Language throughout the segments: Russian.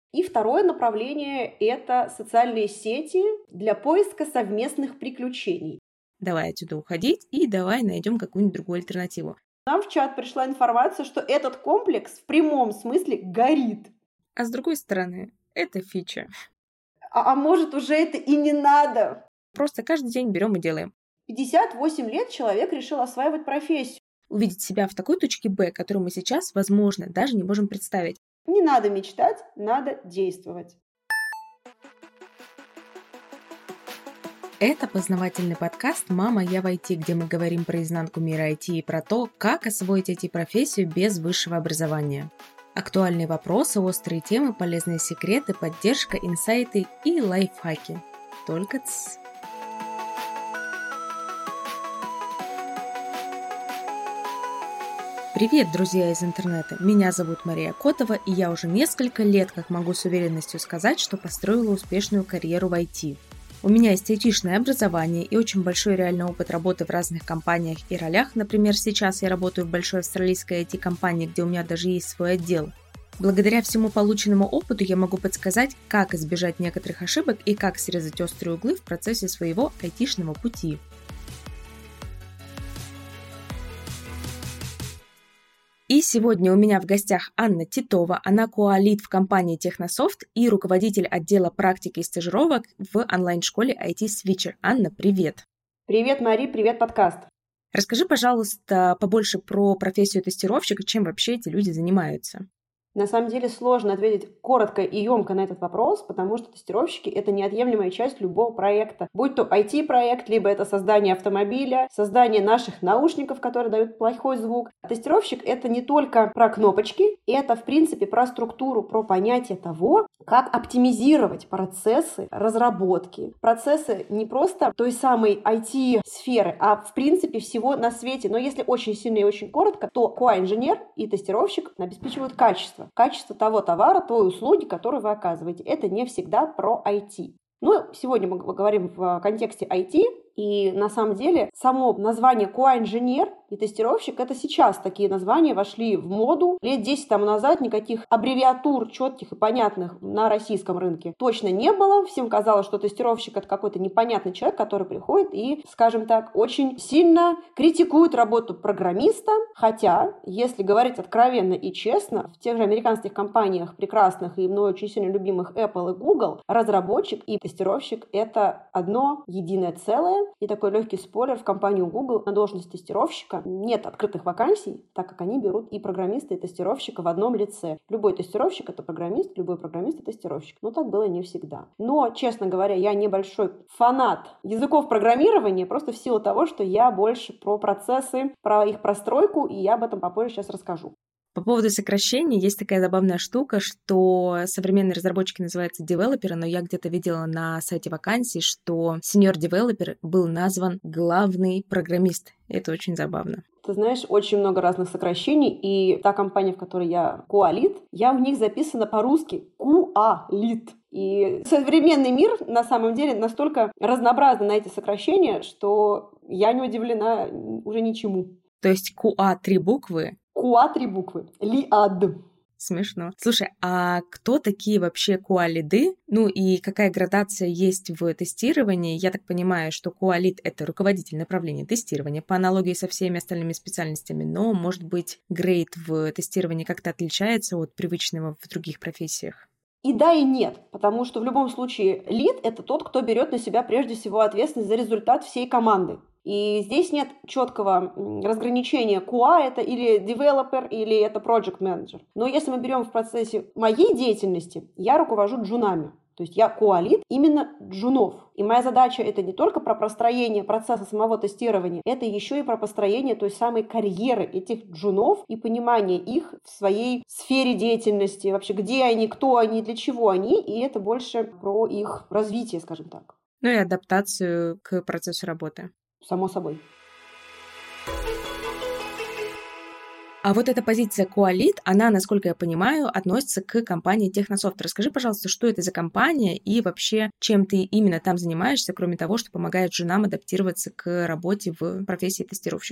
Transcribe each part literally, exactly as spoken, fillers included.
И второе направление – это социальные сети для поиска совместных приключений. Давай отсюда уходить и давай найдем какую-нибудь другую альтернативу. Нам в чат пришла информация, что этот комплекс в прямом смысле горит. А с другой стороны, это фича. А, а может, уже это и не надо? Просто каждый день берем и делаем. пятьдесят восемь лет человек решил осваивать профессию. Увидеть себя в такой точке Б, которую мы сейчас, возможно, даже не можем представить. Не надо мечтать, надо действовать. Это познавательный подкаст «Мама, я в ай ти», где мы говорим про изнанку мира ай ти и про то, как освоить ай ти-профессию без высшего образования. Актуальные вопросы, острые темы, полезные секреты, поддержка, инсайты и лайфхаки. Только тс. Привет, друзья из интернета! Меня зовут Мария Котова, и я уже несколько лет как могу с уверенностью сказать, что построила успешную карьеру в ай ти. У меня есть айтишное образование и очень большой реальный опыт работы в разных компаниях и ролях. Например, сейчас я работаю в большой австралийской ай ти-компании, где у меня даже есть свой отдел. Благодаря всему полученному опыту я могу подсказать, как избежать некоторых ошибок и как срезать острые углы в процессе своего айтишного пути. И сегодня у меня в гостях Анна Титова, она коа-лид в компании Технософт и руководитель отдела практики и стажировок в онлайн-школе ай ти Switcher. Анна, привет! Привет, Мари, привет, подкаст! Расскажи, пожалуйста, побольше про профессию тестировщика, чем вообще эти люди занимаются. На самом деле сложно ответить коротко и емко на этот вопрос, потому что тестировщики — это неотъемлемая часть любого проекта. Будь то ай ти-проект, либо это создание автомобиля, создание наших наушников, которые дают плохой звук. Тестировщик — это не только про кнопочки, это, в принципе, про структуру, про понятие того, как оптимизировать процессы разработки. Процессы не просто той самой ай ти-сферы, а, в принципе, всего на свете. Но если очень сильно и очень коротко, то коа-инженер и тестировщик обеспечивают качество. Качество того товара, той услуги, которую вы оказываете. Это не всегда про ай ти. Ну, сегодня мы говорим в контексте ай ти, и на самом деле само название коа-инженер и тестировщик — это сейчас такие названия вошли в моду. Лет десять тому назад никаких аббревиатур четких и понятных на российском рынке точно не было. Всем казалось, что тестировщик — это какой-то непонятный человек, который приходит и, скажем так, очень сильно критикует работу программиста. Хотя, если говорить откровенно и честно, в тех же американских компаниях прекрасных и мной очень сильно любимых Apple и Google, разработчик и тестировщик — это одно единое целое. И такой легкий спойлер: в компанию Google на должность тестировщика нет открытых вакансий, так как они берут и программиста, и тестировщика в одном лице. Любой тестировщик — это программист, любой программист — это тестировщик. Но так было не всегда. Но, честно говоря, я небольшой фанат языков программирования, просто в силу того, что я больше про процессы, про их простройку, и я об этом попозже сейчас расскажу. По поводу сокращений есть такая забавная штука, что современные разработчики называются девелоперы, но я где-то видела на сайте вакансий, что senior-девелопер был назван главный программист. Это очень забавно. Ты знаешь, очень много разных сокращений, и та компания, в которой я коа-лид, я у них записана по-русски ку-а-лид. И современный мир на самом деле настолько разнообразен на эти сокращения, что я не удивлена уже ничему. То есть ку-а три буквы? ку-а три буквы. Ли-ад. Смешно. Слушай, а кто такие вообще коа-лиды? Ну и какая градация есть в тестировании? Я так понимаю, что коа-лид — это руководитель направления тестирования по аналогии со всеми остальными специальностями, но, может быть, грейд в тестировании как-то отличается от привычного в других профессиях? И да, и нет, потому что в любом случае лид — это тот, кто берет на себя прежде всего ответственность за результат всей команды. И здесь нет четкого разграничения: куа это или девелопер, или это project manager. Но если мы берем в процессе моей деятельности, я руковожу джунами. То есть я коа-лид именно джунов. И моя задача — это не только про простроение процесса самого тестирования, это еще и про построение той самой карьеры этих джунов и понимание их в своей сфере деятельности, вообще где они, кто они, для чего они, и это больше про их развитие, скажем так. Ну и адаптацию к процессу работы. Само собой. А вот эта позиция коа-лид, она, насколько я понимаю, относится к компании Технософт. Расскажи, пожалуйста, что это за компания и вообще, чем ты именно там занимаешься, кроме того, что помогает женам адаптироваться к работе в профессии тестировщика?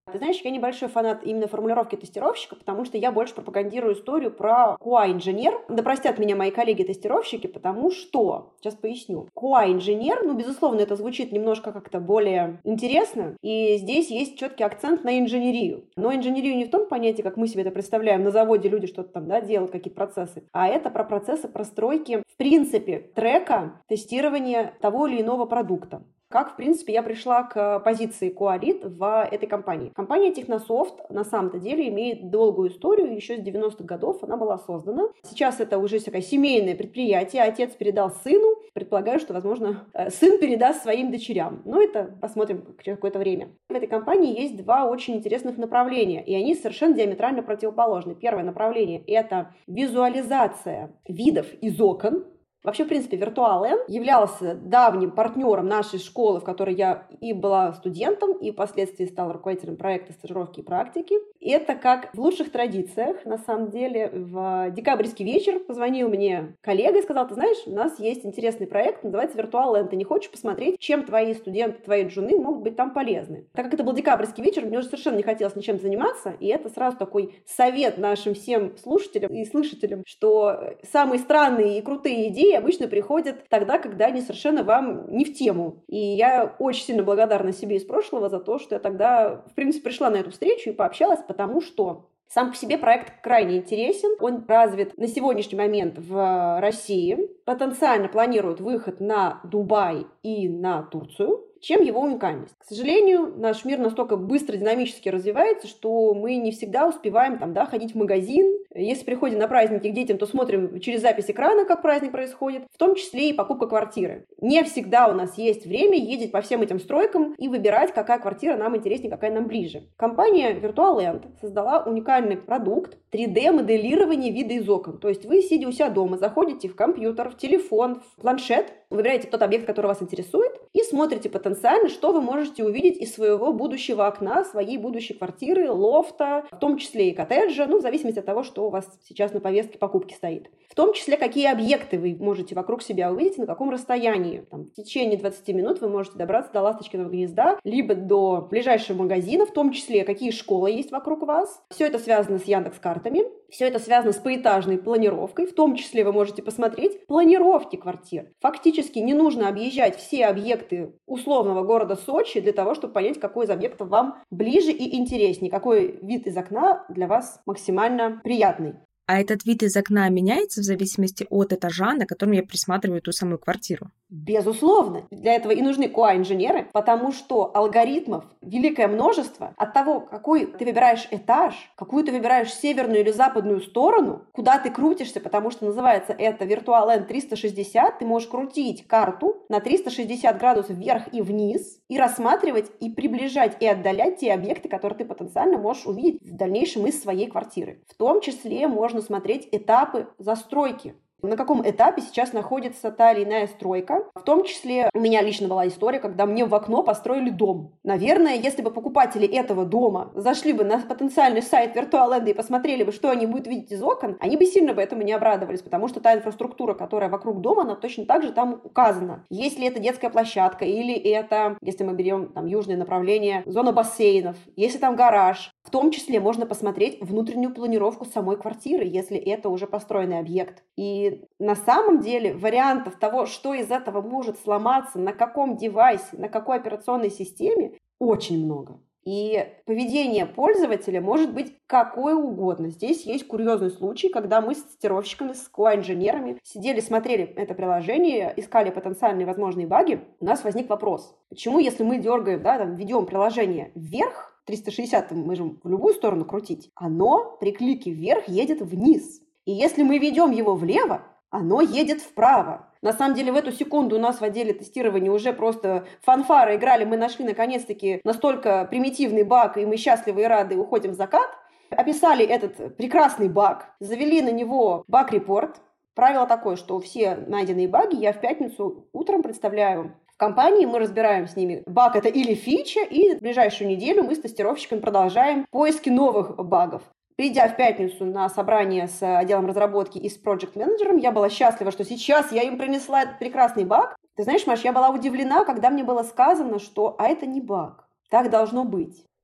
Ты знаешь, я небольшой фанат именно формулировки тестировщика, потому что я больше пропагандирую историю про кью эй-инженер. Да простят меня мои коллеги-тестировщики, потому что, сейчас поясню, кью эй-инженер, ну, безусловно, это звучит немножко как-то более интересно, и здесь есть четкий акцент на инженерию. Но инженерию не в том понятии, как мы себе это представляем, на заводе люди что-то там, да, делают, какие-то процессы, а это про процессы простройки, в принципе, трека тестирования того или иного продукта. Как, в принципе, я пришла к позиции кью эй-лид в этой компании. Компания Технософт на самом-то деле имеет долгую историю, еще с девяностых годов она была создана. Сейчас это уже такое семейное предприятие, отец передал сыну, предполагаю, что, возможно, сын передаст своим дочерям. Но это посмотрим через какое-то время. В этой компании есть два очень интересных направления, и они совершенно диаметрально противоположны. Первое направление – это визуализация видов из окон. Вообще, в принципе, VirtualN являлся давним партнером нашей школы, в которой я и была студентом, и впоследствии стала руководителем проекта стажировки и практики. И это как в лучших традициях, на самом деле, в декабрьский вечер позвонил мне коллега и сказал: ты знаешь, у нас есть интересный проект, называется VirtualN, ты не хочешь посмотреть, чем твои студенты, твои джуны могут быть там полезны? Так как это был декабрьский вечер, мне уже совершенно не хотелось ничем заниматься, и это сразу такой совет нашим всем слушателям и слышателям, что самые странные и крутые идеи обычно приходят тогда, когда они совершенно вам не в тему. И я очень сильно благодарна себе из прошлого за то, что я тогда, в принципе, пришла на эту встречу и пообщалась, потому что сам по себе проект крайне интересен. Он развит на сегодняшний момент в России. Потенциально планирует выход на Дубай и на Турцию. Чем его уникальность? К сожалению, наш мир настолько быстро, динамически развивается, что мы не всегда успеваем там, да, ходить в магазин. Если приходим на праздники к детям, то смотрим через запись экрана, как праздник происходит, в том числе и покупка квартиры. Не всегда у нас есть время ездить по всем этим стройкам и выбирать, какая квартира нам интереснее, какая нам ближе. Компания VirtualN создала уникальный продукт три дэ-моделирование вида из окон. То есть вы, сидя у себя дома, заходите в компьютер, в телефон, в планшет, выбираете тот объект, который вас интересует, и смотрите потенциально, что вы можете увидеть из своего будущего окна, своей будущей квартиры, лофта, в том числе и коттеджа, ну, в зависимости от того, что у вас сейчас на повестке покупки стоит. В том числе, какие объекты вы можете вокруг себя увидеть, на каком расстоянии. Там, в течение двадцати минут вы можете добраться до ласточкиного гнезда, либо до ближайшего магазина, в том числе, какие школы есть вокруг вас. Все это связано с Яндекс.Картами. Все это связано с поэтажной планировкой, в том числе вы можете посмотреть планировки квартир. Фактически не нужно объезжать все объекты условного города Сочи для того, чтобы понять, какой из объектов вам ближе и интереснее, какой вид из окна для вас максимально приятный. А этот вид из окна меняется в зависимости от этажа, на котором я присматриваю ту самую квартиру? Безусловно. Для этого и нужны кью эй-инженеры, потому что алгоритмов великое множество. От того, какой ты выбираешь этаж, какую ты выбираешь северную или западную сторону, куда ты крутишься, потому что называется это VirtualN триста шестьдесят, ты можешь крутить карту на триста шестьдесят градусов вверх и вниз и рассматривать, и приближать, и отдалять те объекты, которые ты потенциально можешь увидеть в дальнейшем из своей квартиры. В том числе можно смотреть этапы застройки. На каком этапе сейчас находится та или иная стройка. В том числе у меня лично была история, когда мне в окно построили дом. Наверное, если бы покупатели этого дома зашли бы на потенциальный сайт VirtualN и посмотрели бы, что они будут видеть из окон, они бы сильно бы этому не обрадовались, потому что та инфраструктура, которая вокруг дома, она точно так же там указана. Если это детская площадка, или это, если мы берем там южное направление, зона бассейнов, если там гараж, в том числе можно посмотреть внутреннюю планировку самой квартиры, если это уже построенный объект. И на самом деле вариантов того, что из этого может сломаться, на каком девайсе, на какой операционной системе, очень много. И поведение пользователя может быть какое угодно. Здесь есть курьезный случай, когда мы с тестировщиками, с кью эй-инженерами сидели, смотрели это приложение, искали потенциальные возможные баги. У нас возник вопрос, почему, если мы дергаем, да, там, ведем приложение вверх, триста шестьдесят мы можем в любую сторону крутить, оно при клике вверх едет вниз. И если мы ведем его влево, оно едет вправо. На самом деле в эту секунду у нас в отделе тестирования уже просто фанфары играли, мы нашли наконец-таки настолько примитивный баг, и мы счастливы и рады уходим в закат. Описали этот прекрасный баг, завели на него баг-репорт. Правило такое, что все найденные баги я в пятницу утром представляю в компании, мы разбираем с ними, баг это или фича, и в ближайшую неделю мы с тестировщиками продолжаем поиски новых багов. Придя в пятницу на собрание с отделом разработки и с проект-менеджером, я была счастлива, что сейчас я им принесла этот прекрасный баг. Ты знаешь, Маш, я была удивлена, когда мне было сказано, что «а это не баг, так должно быть».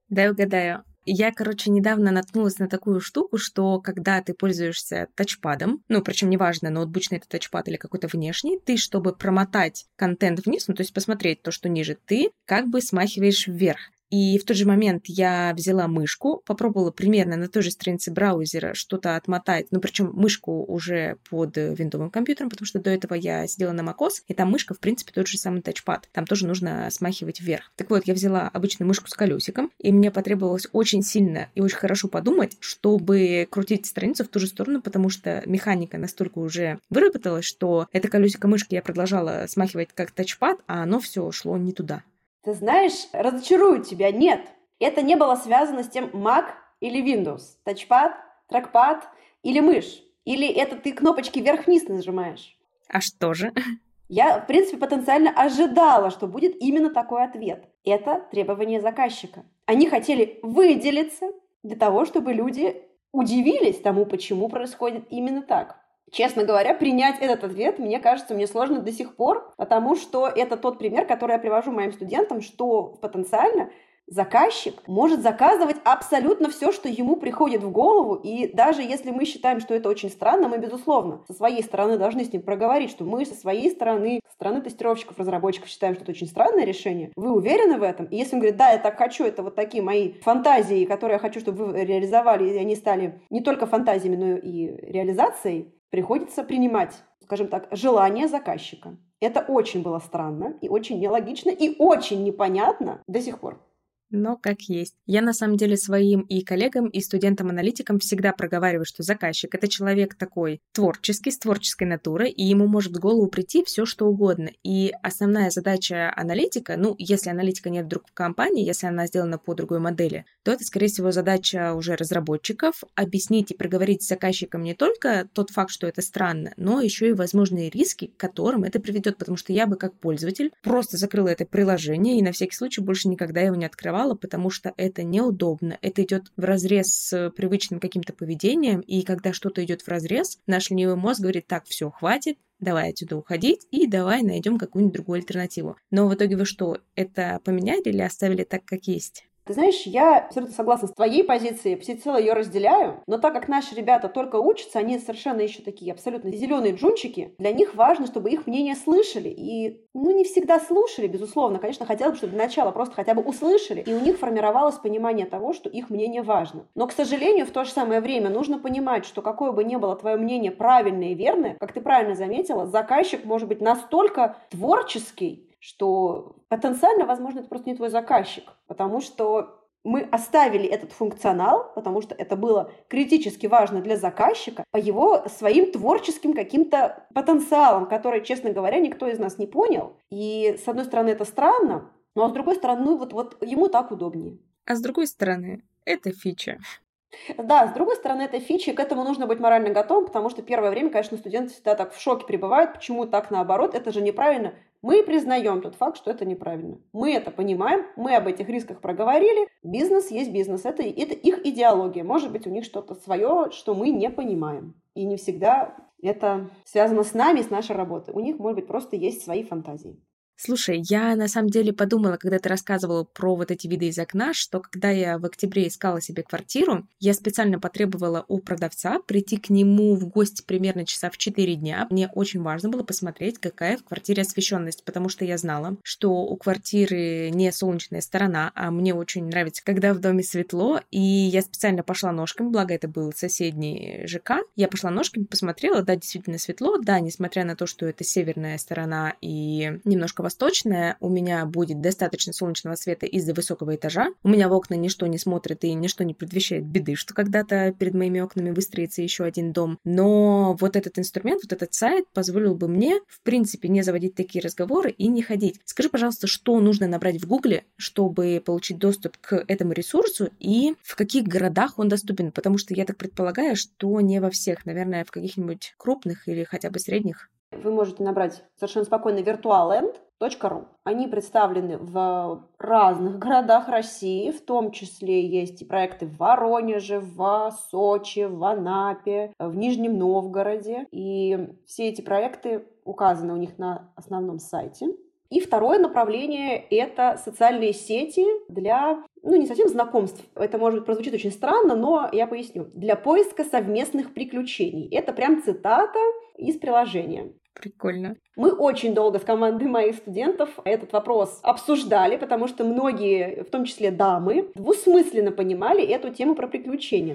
Дай угадаю. Я, короче, недавно наткнулась на такую штуку, что когда ты пользуешься тачпадом, ну, причем неважно, ноутбучный это тачпад или какой-то внешний, ты, чтобы промотать контент вниз, ну, то есть посмотреть то, что ниже, ты как бы смахиваешь вверх. И в тот же момент я взяла мышку, попробовала примерно на той же странице браузера что-то отмотать, ну, причем мышку уже под виндовым компьютером, потому что до этого я сидела на macOS, и там мышка, в принципе, тот же самый тачпад. Там тоже нужно смахивать вверх. Так вот, я взяла обычную мышку с колесиком, и мне потребовалось очень сильно и очень хорошо подумать, чтобы крутить страницу в ту же сторону, потому что механика настолько уже выработалась, что это колесико мышки я продолжала смахивать как тачпад, а оно все шло не туда. Ты знаешь, разочарую тебя, нет. Это не было связано с тем Mac или Windows. Тачпад, трекпад или мышь. Или это ты кнопочки вверх-вниз нажимаешь. А что же? Я, в принципе, потенциально ожидала, что будет именно такой ответ. Это требование заказчика. Они хотели выделиться для того, чтобы люди удивились тому, почему происходит именно так. Честно говоря, принять этот ответ, мне кажется, мне сложно до сих пор, потому что это тот пример, который я привожу моим студентам, что потенциально заказчик может заказывать абсолютно все, что ему приходит в голову, и даже если мы считаем, что это очень странно, мы, безусловно, со своей стороны должны с ним проговорить, что мы со своей стороны, со стороны тестировщиков, разработчиков считаем, что это очень странное решение. Вы уверены в этом? И если он говорит, да, я так хочу, это вот такие мои фантазии, которые я хочу, чтобы вы реализовали, и они стали не только фантазиями, но и реализацией, приходится принимать, скажем так, желание заказчика. Это очень было странно и очень нелогично и очень непонятно до сих пор. Но как есть. Я на самом деле своим и коллегам, и студентам-аналитикам всегда проговариваю, что заказчик — это человек такой творческий, с творческой натурой, и ему может в голову прийти все что угодно. И основная задача аналитика, ну, если аналитика нет вдруг в компании, если она сделана по другой модели, то это, скорее всего, задача уже разработчиков — объяснить и проговорить с заказчиком не только тот факт, что это странно, но еще и возможные риски, к которым это приведет, потому что я бы как пользователь просто закрыла это приложение и на всякий случай больше никогда его не открывала, потому что это неудобно, это идет вразрез с привычным каким-то поведением, и когда что-то идет вразрез, наш ленивый мозг говорит, так, все, хватит, давай отсюда уходить, и давай найдем какую-нибудь другую альтернативу. Но в итоге вы что, это поменяли или оставили так, как есть? Ты знаешь, я абсолютно согласна с твоей позицией, всецело ее разделяю, но так как наши ребята только учатся, они совершенно еще такие абсолютно зеленые джунчики, для них важно, чтобы их мнение слышали, и, ну, не всегда слушали, безусловно, конечно, хотелось бы, чтобы для начала просто хотя бы услышали, и у них формировалось понимание того, что их мнение важно. Но, к сожалению, в то же самое время нужно понимать, что какое бы ни было твое мнение правильное и верное, как ты правильно заметила, заказчик может быть настолько творческий, что потенциально, возможно, это просто не твой заказчик, потому что мы оставили этот функционал, потому что это было критически важно для заказчика, по его своим творческим каким-то потенциалам, который, честно говоря, никто из нас не понял. И, с одной стороны, это странно, но, с другой стороны, ну, вот, вот ему так удобнее. А с другой стороны, это фича. Да, с другой стороны, это фича, и к этому нужно быть морально готовым, потому что первое время, конечно, студенты всегда так в шоке пребывают, почему так наоборот, это же неправильно. Мы признаем тот факт, что это неправильно. Мы это понимаем, мы об этих рисках проговорили. Бизнес есть бизнес, это, это их идеология. Может быть, у них что-то свое, что мы не понимаем. И не всегда это связано с нами, с нашей работой. У них, может быть, просто есть свои фантазии. Слушай, я на самом деле подумала, когда ты рассказывала про вот эти виды из окна, что когда я в октябре искала себе квартиру, я специально потребовала у продавца прийти к нему в гости примерно часа в четыре дня. Мне очень важно было посмотреть, какая в квартире освещенность, потому что я знала, что у квартиры не солнечная сторона, а мне очень нравится, когда в доме светло, и я специально пошла ножками, благо это был соседний ЖК, я пошла ножками, посмотрела, да, действительно светло, да, несмотря на то, что это северная сторона и немножко восточная, у меня будет достаточно солнечного света из-за высокого этажа. У меня в окна ничто не смотрит и ничто не предвещает беды, что когда-то перед моими окнами выстроится еще один дом. Но вот этот инструмент, вот этот сайт позволил бы мне, в принципе, не заводить такие разговоры и не ходить. Скажи, пожалуйста, что нужно набрать в Гугле, чтобы получить доступ к этому ресурсу и в каких городах он доступен? Потому что я так предполагаю, что не во всех, наверное, в каких-нибудь крупных или хотя бы средних. Вы можете набрать совершенно спокойно virtualand точка ру. Они представлены в разных городах России, в том числе есть и проекты в Воронеже, в Сочи, в Анапе, в Нижнем Новгороде. И все эти проекты указаны у них на основном сайте. И второе направление – это социальные сети для, ну, не совсем знакомств. Это, может быть, прозвучит очень странно, но я поясню. Для поиска совместных приключений. Это прям цитата из приложения. Прикольно. Мы очень долго с командой моих студентов этот вопрос обсуждали, потому что многие, в том числе дамы, двусмысленно понимали эту тему про приключения.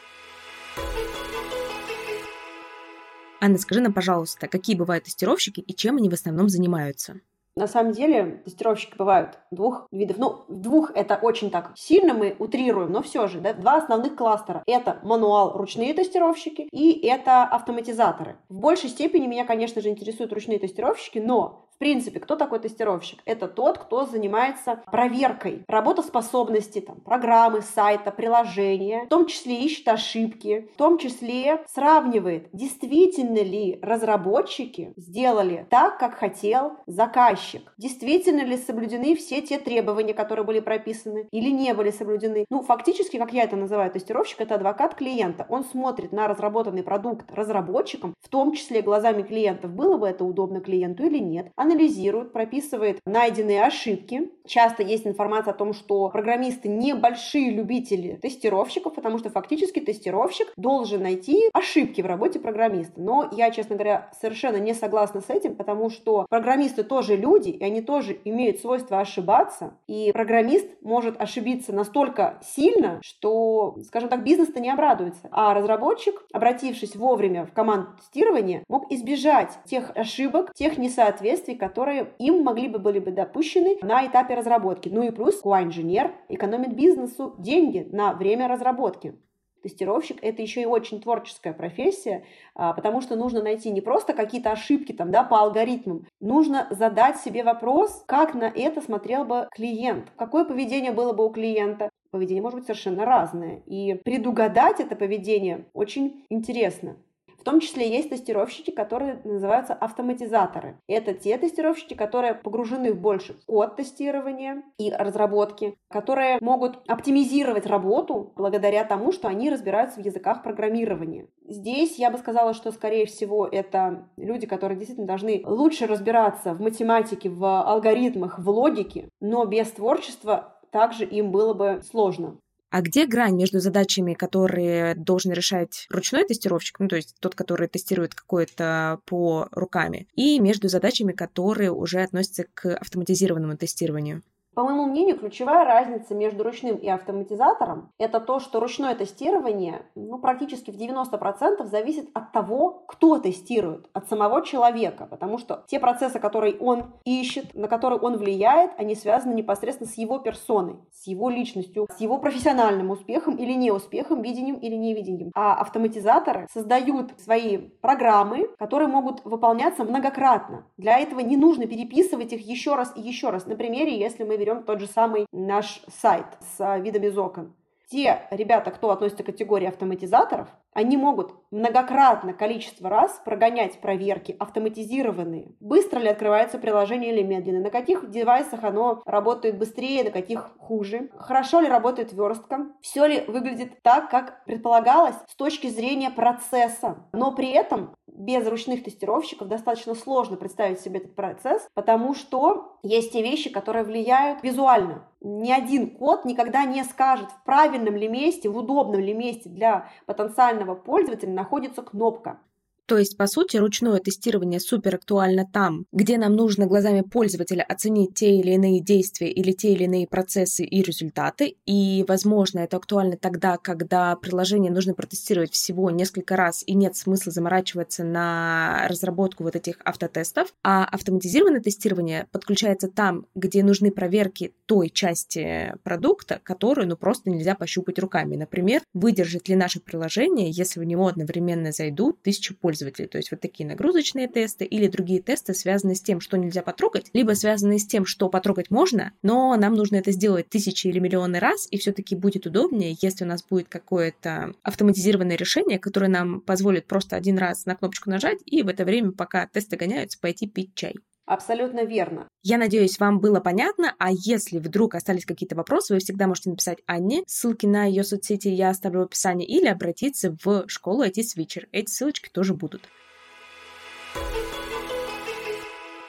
Анна, скажи нам, пожалуйста, какие бывают тестировщики и чем они в основном занимаются? На самом деле тестировщики бывают двух видов. Ну, двух это очень так сильно мы утрируем, но все же, да, два основных кластера. Это мануал, ручные тестировщики, и это автоматизаторы. В большей степени меня, конечно же, интересуют ручные тестировщики, но в принципе, кто такой тестировщик? Это тот, кто занимается проверкой работоспособности там, программы, сайта, приложения, в том числе ищет ошибки, в том числе сравнивает, действительно ли разработчики сделали так, как хотел заказчик, действительно ли соблюдены все те требования, которые были прописаны, или не были соблюдены. Ну, фактически, как я это называю, тестировщик — это адвокат клиента. Он смотрит на разработанный продукт разработчиком, в том числе глазами клиентов, было бы это удобно клиенту или нет, анализирует, прописывает найденные ошибки. Часто есть информация о том, что программисты небольшие любители тестировщиков, потому что фактически тестировщик должен найти ошибки в работе программиста. Но я, честно говоря, совершенно не согласна с этим, потому что программисты тоже люди, и они тоже имеют свойство ошибаться. И программист может ошибиться настолько сильно, что, скажем так, бизнес-то не обрадуется. А разработчик, обратившись вовремя в команду тестирования, мог избежать тех ошибок, тех несоответствий, которые им могли бы были бы допущены на этапе разработки. Ну и плюс кью эй-инженер экономит бизнесу деньги на время разработки. Тестировщик — это еще и очень творческая профессия, потому что нужно найти не просто какие-то ошибки там, да, по алгоритмам, нужно задать себе вопрос, как на это смотрел бы клиент, какое поведение было бы у клиента. Поведение может быть совершенно разное, и предугадать это поведение очень интересно. В том числе есть тестировщики, которые называются автоматизаторы. Это те тестировщики, которые погружены в больше код тестирования и разработки, которые могут оптимизировать работу благодаря тому, что они разбираются в языках программирования. Здесь я бы сказала, что, скорее всего, это люди, которые действительно должны лучше разбираться в математике, в алгоритмах, в логике, но без творчества также им было бы сложно. А где грань между задачами, которые должен решать ручной тестировщик, ну, то есть тот, который тестирует какое-то по руками, и между задачами, которые уже относятся к автоматизированному тестированию? По моему мнению, ключевая разница между ручным и автоматизатором – это то, что ручное тестирование ну, практически в девяносто процентов зависит от того, кто тестирует, от самого человека, потому что те процессы, которые он ищет, на которые он влияет, они связаны непосредственно с его персоной, с его личностью, с его профессиональным успехом или неуспехом, видением или невидением. А автоматизаторы создают свои программы, которые могут выполняться многократно. Для этого не нужно переписывать их еще раз и еще раз. На примере, если мы берем тот же самый наш сайт с видом из окон. Те ребята, кто относится к категории автоматизаторов, они могут многократно количество раз прогонять проверки автоматизированные. Быстро ли открывается приложение или медленно? На каких девайсах оно работает быстрее, на каких хуже? Хорошо ли работает верстка? Все ли выглядит так, как предполагалось с точки зрения процесса? Но при этом без ручных тестировщиков достаточно сложно представить себе этот процесс, потому что есть те вещи, которые влияют визуально. Ни один код никогда не скажет, в правильном ли месте, в удобном ли месте для потенциального пользователя находится кнопка. То есть, по сути, ручное тестирование супер актуально там, где нам нужно глазами пользователя оценить те или иные действия или те или иные процессы и результаты. И, возможно, это актуально тогда, когда приложение нужно протестировать всего несколько раз, и нет смысла заморачиваться на разработку вот этих автотестов. А автоматизированное тестирование подключается там, где нужны проверки той части продукта, которую ну, просто нельзя пощупать руками. Например, выдержит ли наше приложение, если в него одновременно зайдут тысячи пользователей. То есть вот такие нагрузочные тесты или другие тесты, связанные с тем, что нельзя потрогать, либо связанные с тем, что потрогать можно, но нам нужно это сделать тысячи или миллионы раз, и все-таки будет удобнее, если у нас будет какое-то автоматизированное решение, которое нам позволит просто один раз на кнопочку нажать, и в это время, пока тесты гоняются, пойти пить чай. Абсолютно верно. Я надеюсь, вам было понятно, а если вдруг остались какие-то вопросы, вы всегда можете написать Анне, ссылки на ее соцсети я оставлю в описании, или обратиться в школу ай ти-свитчер. Эти ссылочки тоже будут.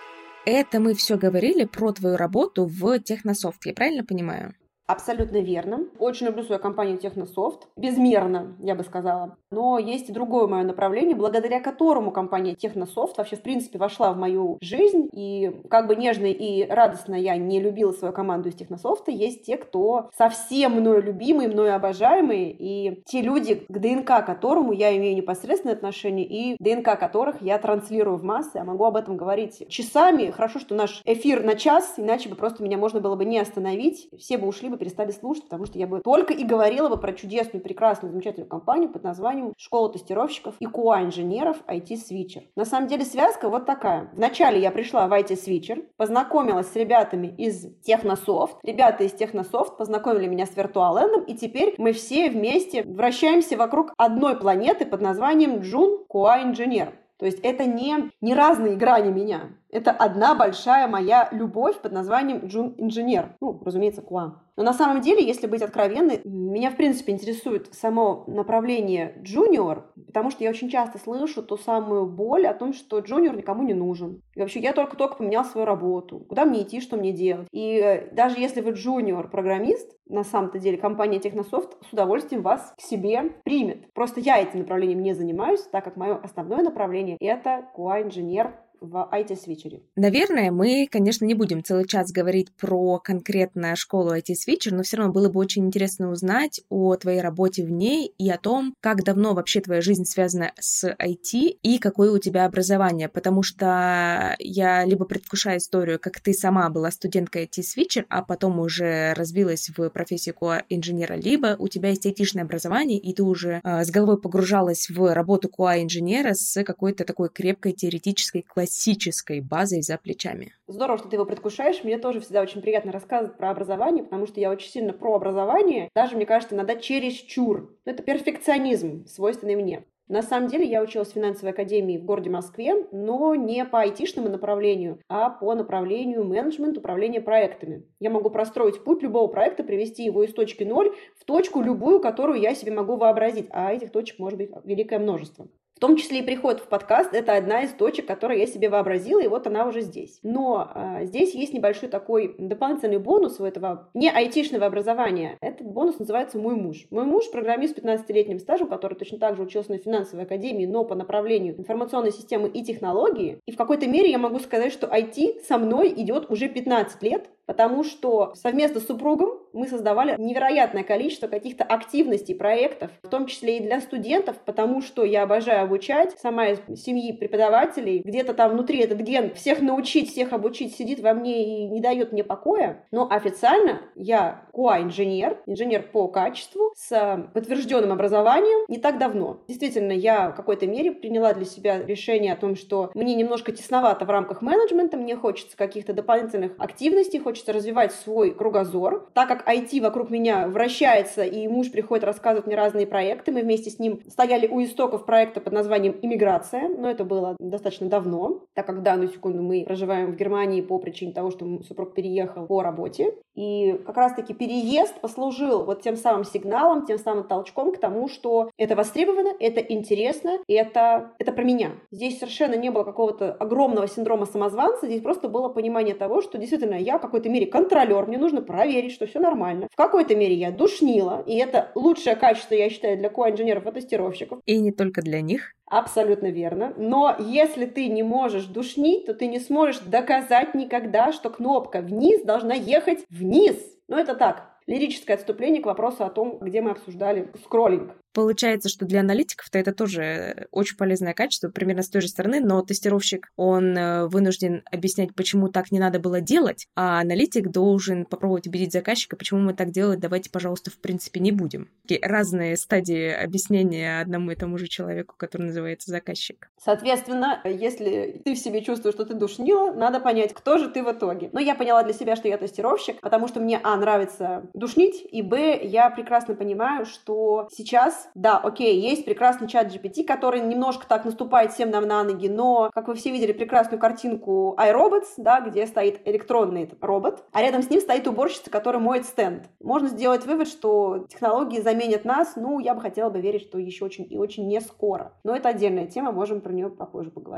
Это мы все говорили про твою работу в Технософт, я правильно понимаю? Абсолютно верно. Очень люблю свою компанию Технософт. Безмерно, я бы сказала. Но есть и другое мое направление, благодаря которому компания Технософт вообще, в принципе, вошла в мою жизнь. И как бы нежно и радостно я не любила свою команду из Технософта, есть те, кто совсем мною любимые, мною обожаемые, и те люди, к ДНК которому я имею непосредственное отношение, и ДНК которых я транслирую в массы. Я могу об этом говорить часами. Хорошо, что наш эфир на час, иначе бы просто меня можно было бы не остановить. Все бы ушли бы, перестали слушать, потому что я бы только и говорила бы про чудесную, прекрасную, замечательную компанию под названием «Школа тестировщиков и ку эй-инженеров ай ти-свитчер». На самом деле связка вот такая. Вначале я пришла в ай ти-свитчер, познакомилась с ребятами из Технософт. Ребята из Технософт познакомили меня с Виртуалендом, и теперь мы все вместе вращаемся вокруг одной планеты под названием Джун ку эй-инженер. То есть это не, не разные грани меня. Это одна большая моя любовь под названием Джун-инженер. Ну, разумеется, ку эй. Но на самом деле, если быть откровенной, меня, в принципе, интересует само направление джуниор, потому что я очень часто слышу ту самую боль о том, что джуниор никому не нужен. И вообще, я только-только поменял свою работу. Куда мне идти, что мне делать? И даже если вы джуниор-программист, на самом-то деле компания Технософт с удовольствием вас к себе примет. Просто я этим направлением не занимаюсь, так как мое основное направление — это ку эй-инженер в ай ти-свитчере. Наверное, мы, конечно, не будем целый час говорить про конкретно школу ай ти-свитчер, но все равно было бы очень интересно узнать о твоей работе в ней и о том, как давно вообще твоя жизнь связана с ай ти и какое у тебя образование, потому что я либо предвкушаю историю, как ты сама была студенткой ай ти-свитчер, а потом уже развилась в профессию ку эй-инженера, либо у тебя есть айтишное образование, и ты уже э, с головой погружалась в работу ку эй-инженера с какой-то такой крепкой теоретической классической классической базой за плечами. Здорово, что ты его предвкушаешь. Мне тоже всегда очень приятно рассказывать про образование, потому что я очень сильно про образование. Даже, мне кажется, иногда чересчур. Это перфекционизм, свойственный мне. На самом деле я училась в финансовой академии в городе Москве, но не по айтишному направлению, а по направлению менеджмент, управления проектами. Я могу простроить путь любого проекта, привести его из точки ноль в точку любую, которую я себе могу вообразить. А этих точек может быть великое множество. В том числе и приход в подкаст — это одна из точек, которую я себе вообразила, и вот она уже здесь. Но а, здесь есть небольшой такой дополнительный бонус у этого не айтишного образования. Этот бонус называется «Мой муж». Мой муж — программист с пятнадцатилетним стажем, который точно так же учился на финансовой академии, но по направлению информационной системы и технологии. И в какой-то мере я могу сказать, что ай ти со мной идет уже пятнадцать лет, потому что совместно с супругом мы создавали невероятное количество каких-то активностей, проектов, в том числе и для студентов, потому что я обожаю обучать, сама из семьи преподавателей, где-то там внутри этот ген всех научить, всех обучить сидит во мне и не дает мне покоя. Но официально я ку эй-инженер, инженер по качеству, с подтвержденным образованием не так давно. Действительно, я в какой-то мере приняла для себя решение о том, что мне немножко тесновато в рамках менеджмента, мне хочется каких-то дополнительных активностей, хочется развивать свой кругозор. Так как ай ти вокруг меня вращается, и муж приходит рассказывать мне разные проекты, мы вместе с ним стояли у истоков проекта под названием «Иммиграция», но это было достаточно давно, так как в данную секунду мы проживаем в Германии по причине того, что супруг переехал по работе. И как раз-таки переезд послужил вот тем самым сигналом, тем самым толчком к тому, что это востребовано, это интересно, и это, это про меня. Здесь совершенно не было какого-то огромного синдрома самозванца, здесь просто было понимание того, что действительно я в какой-то мере контролер, мне нужно проверить, что все нормально. В какой-то мере я душнила, и это лучшее качество, я считаю, для ку эй-инженеров и тестировщиков. И не только для них. Абсолютно верно. Но если ты не можешь душнить, то ты не сможешь доказать никогда, что кнопка вниз должна ехать вниз. Ну, это так, лирическое отступление к вопросу о том, где мы обсуждали скроллинг. Получается, что для аналитиков-то это тоже очень полезное качество, примерно с той же стороны, но тестировщик, он вынужден объяснять, почему так не надо было делать, а аналитик должен попробовать убедить заказчика, почему мы так делать, давайте, пожалуйста, в принципе, не будем. Такие разные стадии объяснения одному и тому же человеку, который называется заказчик. Соответственно, если ты в себе чувствуешь, что ты душнила, надо понять, кто же ты в итоге. Но я поняла для себя, что я тестировщик, потому что мне, а, нравится душнить, и, б, я прекрасно понимаю, что сейчас да, окей, есть прекрасный чат джи пи ти, который немножко так наступает всем нам на ноги, но, как вы все видели прекрасную картинку iRobots, да, где стоит электронный робот, а рядом с ним стоит уборщица, которая моет стенд. Можно сделать вывод, что технологии заменят нас, ну, я бы хотела бы верить, что еще очень и очень не скоро. Но это отдельная тема, можем про нее попозже поговорить.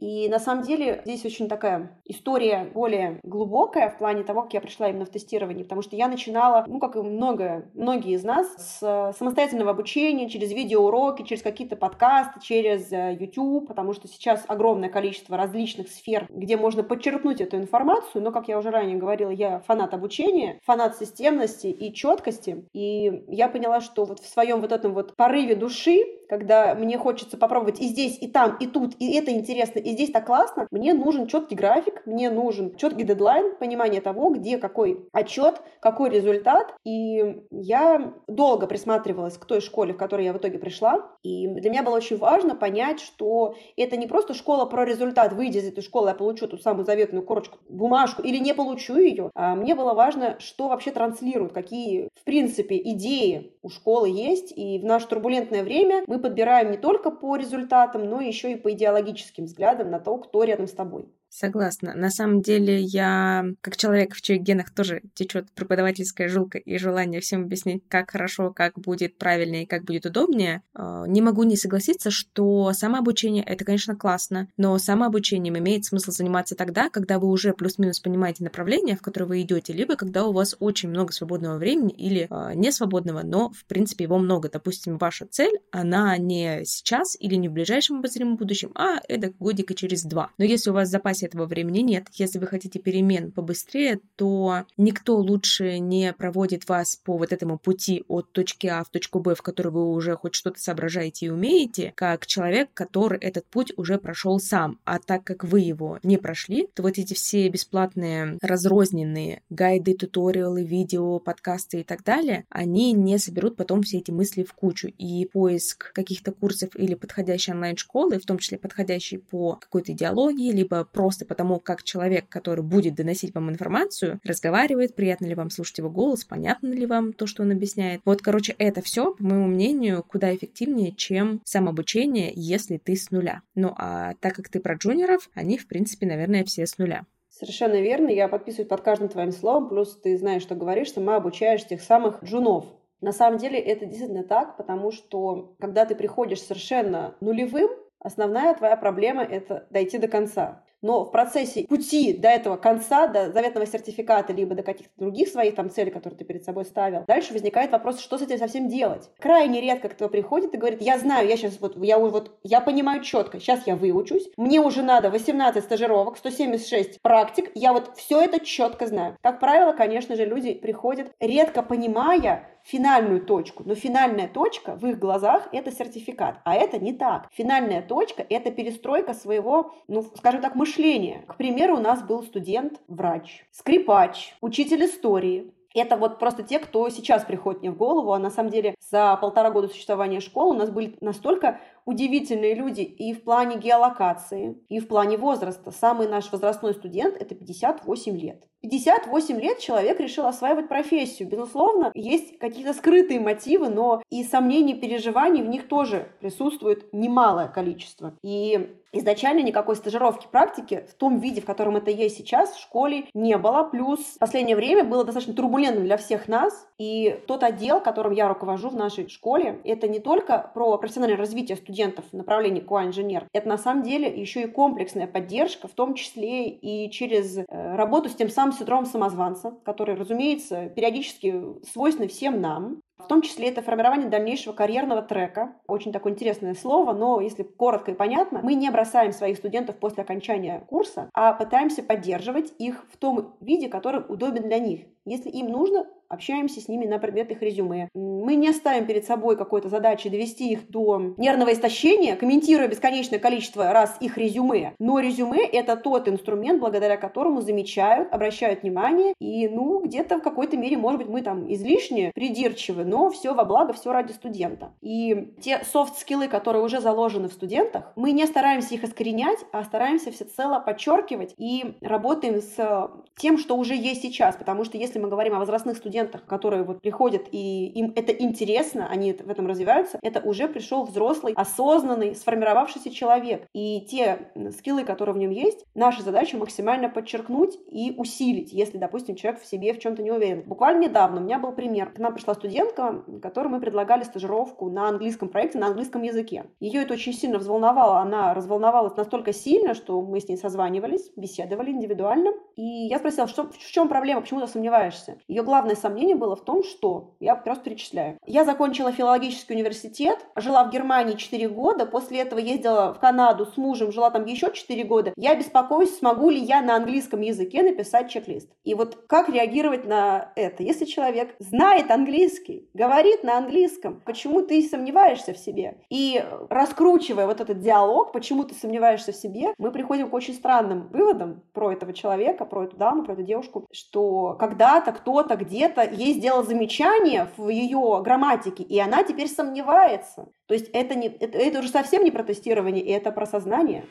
И на самом деле здесь очень такая история более глубокая в плане того, как я пришла именно в тестирование, потому что я начинала, ну, как и много, многие из нас, с самостоятельного обучения, через видеоуроки, через какие-то подкасты, через YouTube, потому что сейчас огромное количество различных сфер, где можно подчеркнуть эту информацию, но, как я уже ранее говорила, я фанат обучения, фанат системности и четкости, и я поняла, что вот в своем вот этом вот порыве души, когда мне хочется попробовать и здесь, и там, и тут, и это интересно, и здесь так классно, мне нужен четкий график, мне нужен четкий дедлайн, понимание того, где какой отчет, какой результат. И я долго присматривалась к той школе, в которой я в итоге пришла. И для меня было очень важно понять, что это не просто школа про результат. Выйдя из этой школы, я получу ту самую заветную корочку, бумажку, или не получу ее. А мне было важно, что вообще транслируют, какие, в принципе, идеи у школы есть. И в наше турбулентное время мы подбираем не только по результатам, но еще и по идеологическим взглядам на то, кто рядом с тобой. Согласна. На самом деле я, как человек, в чьих генах тоже течет преподавательская жилка и желание всем объяснить, как хорошо, как будет правильнее и как будет удобнее, не могу не согласиться, что самообучение — это, конечно, классно, но самообучением имеет смысл заниматься тогда, когда вы уже плюс-минус понимаете направление, в которое вы идете, либо когда у вас очень много свободного времени или э, не свободного, но, в принципе, его много. Допустим, ваша цель, она не сейчас или не в ближайшем обозримом будущем, а это годика через два. Но если у вас в запасе этого времени нет. Если вы хотите перемен побыстрее, то никто лучше не проводит вас по вот этому пути от точки А в точку Б, в которой вы уже хоть что-то соображаете и умеете, как человек, который этот путь уже прошел сам. А так как вы его не прошли, то вот эти все бесплатные разрозненные гайды, туториалы, видео, подкасты и так далее, они не соберут потом все эти мысли в кучу. И поиск каких-то курсов или подходящей онлайн-школы, в том числе подходящей по какой-то идеологии, либо просто Просто потому, как человек, который будет доносить вам информацию, разговаривает, приятно ли вам слушать его голос, понятно ли вам то, что он объясняет. Вот, короче, это все, по моему мнению, куда эффективнее, чем самообучение, если ты с нуля. Ну, а так как ты про джуниоров, они, в принципе, наверное, все с нуля. Совершенно верно, я подписываюсь под каждым твоим словом, плюс ты знаешь, что говоришь, сама обучаешь тех самых джунов. На самом деле это действительно так, потому что когда ты приходишь совершенно нулевым, основная твоя проблема — это дойти до конца. Но в процессе пути до этого конца, до заветного сертификата, либо до каких-то других своих там целей, которые ты перед собой ставил, дальше возникает вопрос, что с этим совсем делать. Крайне редко кто приходит и говорит: я знаю, я сейчас вот, я вот, я понимаю четко, сейчас я выучусь, мне уже надо восемнадцать стажировок, сто семьдесят шесть практик, я вот все это четко знаю. Как правило, конечно же, люди приходят, редко понимая финальную точку. Но финальная точка в их глазах — это сертификат. А это не так. Финальная точка — это перестройка своего, ну, скажем так, мышления. К примеру, у нас был студент-врач, скрипач, учитель истории. Это вот просто те, кто сейчас приходит мне в голову, а на самом деле за полтора года существования школы у нас были настолько удивительные люди и в плане геолокации, и в плане возраста. Самый наш возрастной студент — это пятьдесят восемь лет. пятьдесят восемь лет человек решил осваивать профессию. Безусловно, есть какие-то скрытые мотивы, но и сомнений, переживаний в них тоже присутствует немалое количество. И изначально никакой стажировки, практики в том виде, в котором это есть сейчас, в школе не было. Плюс в последнее время было достаточно турбулентным для всех нас. И тот отдел, которым я руковожу в нашей школе, это не только про профессиональное развитие студентов в направлении кью эй-инженер. Это на самом деле еще и комплексная поддержка, в том числе и через э, работу с тем самым синдромом самозванца, который, разумеется, периодически свойственен всем нам. В том числе это формирование дальнейшего карьерного трека. Очень такое интересное слово, но если коротко и понятно, мы не бросаем своих студентов после окончания курса, а пытаемся поддерживать их в том виде, который удобен для них. Если им нужно, общаемся с ними на предмет их резюме. Мы не ставим перед собой какой-то задачи довести их до нервного истощения, комментируя бесконечное количество раз их резюме. Но резюме — это тот инструмент, благодаря которому замечают, обращают внимание. И, ну, где-то в какой-то мере, может быть, мы там излишне придирчивы, но все во благо, все ради студента. И те софт-скиллы, которые уже заложены в студентах, мы не стараемся их искоренять, а стараемся всецело подчеркивать и работаем с тем, что уже есть сейчас. Потому что если если мы говорим о возрастных студентах, которые вот приходят и им это интересно, они в этом развиваются, это уже пришел взрослый, осознанный, сформировавшийся человек. И те скиллы, которые в нем есть, наша задача максимально подчеркнуть и усилить, если, допустим, человек в себе в чем-то не уверен. Буквально недавно у меня был пример. К нам пришла студентка, которой мы предлагали стажировку на английском проекте, на английском языке. Ее это очень сильно взволновало. Она разволновалась настолько сильно, что мы с ней созванивались, беседовали индивидуально. И я спросила, что, в чем проблема, почему ты сомневаешься? Ее главное сомнение было в том, что... Я просто перечисляю. Я закончила филологический университет, жила в Германии четыре года, после этого ездила в Канаду с мужем, жила там еще четыре года. Я беспокоюсь, смогу ли я на английском языке написать чек-лист. И вот как реагировать на это? Если человек знает английский, говорит на английском, почему ты сомневаешься в себе? И раскручивая вот этот диалог, почему ты сомневаешься в себе, мы приходим к очень странным выводам про этого человека, про эту даму, про эту девушку, что когда-то, кто-то, где-то ей сделал замечание в ее грамматике, и она теперь сомневается. То есть это, не, это, это уже совсем не про тестирование, это про сознание.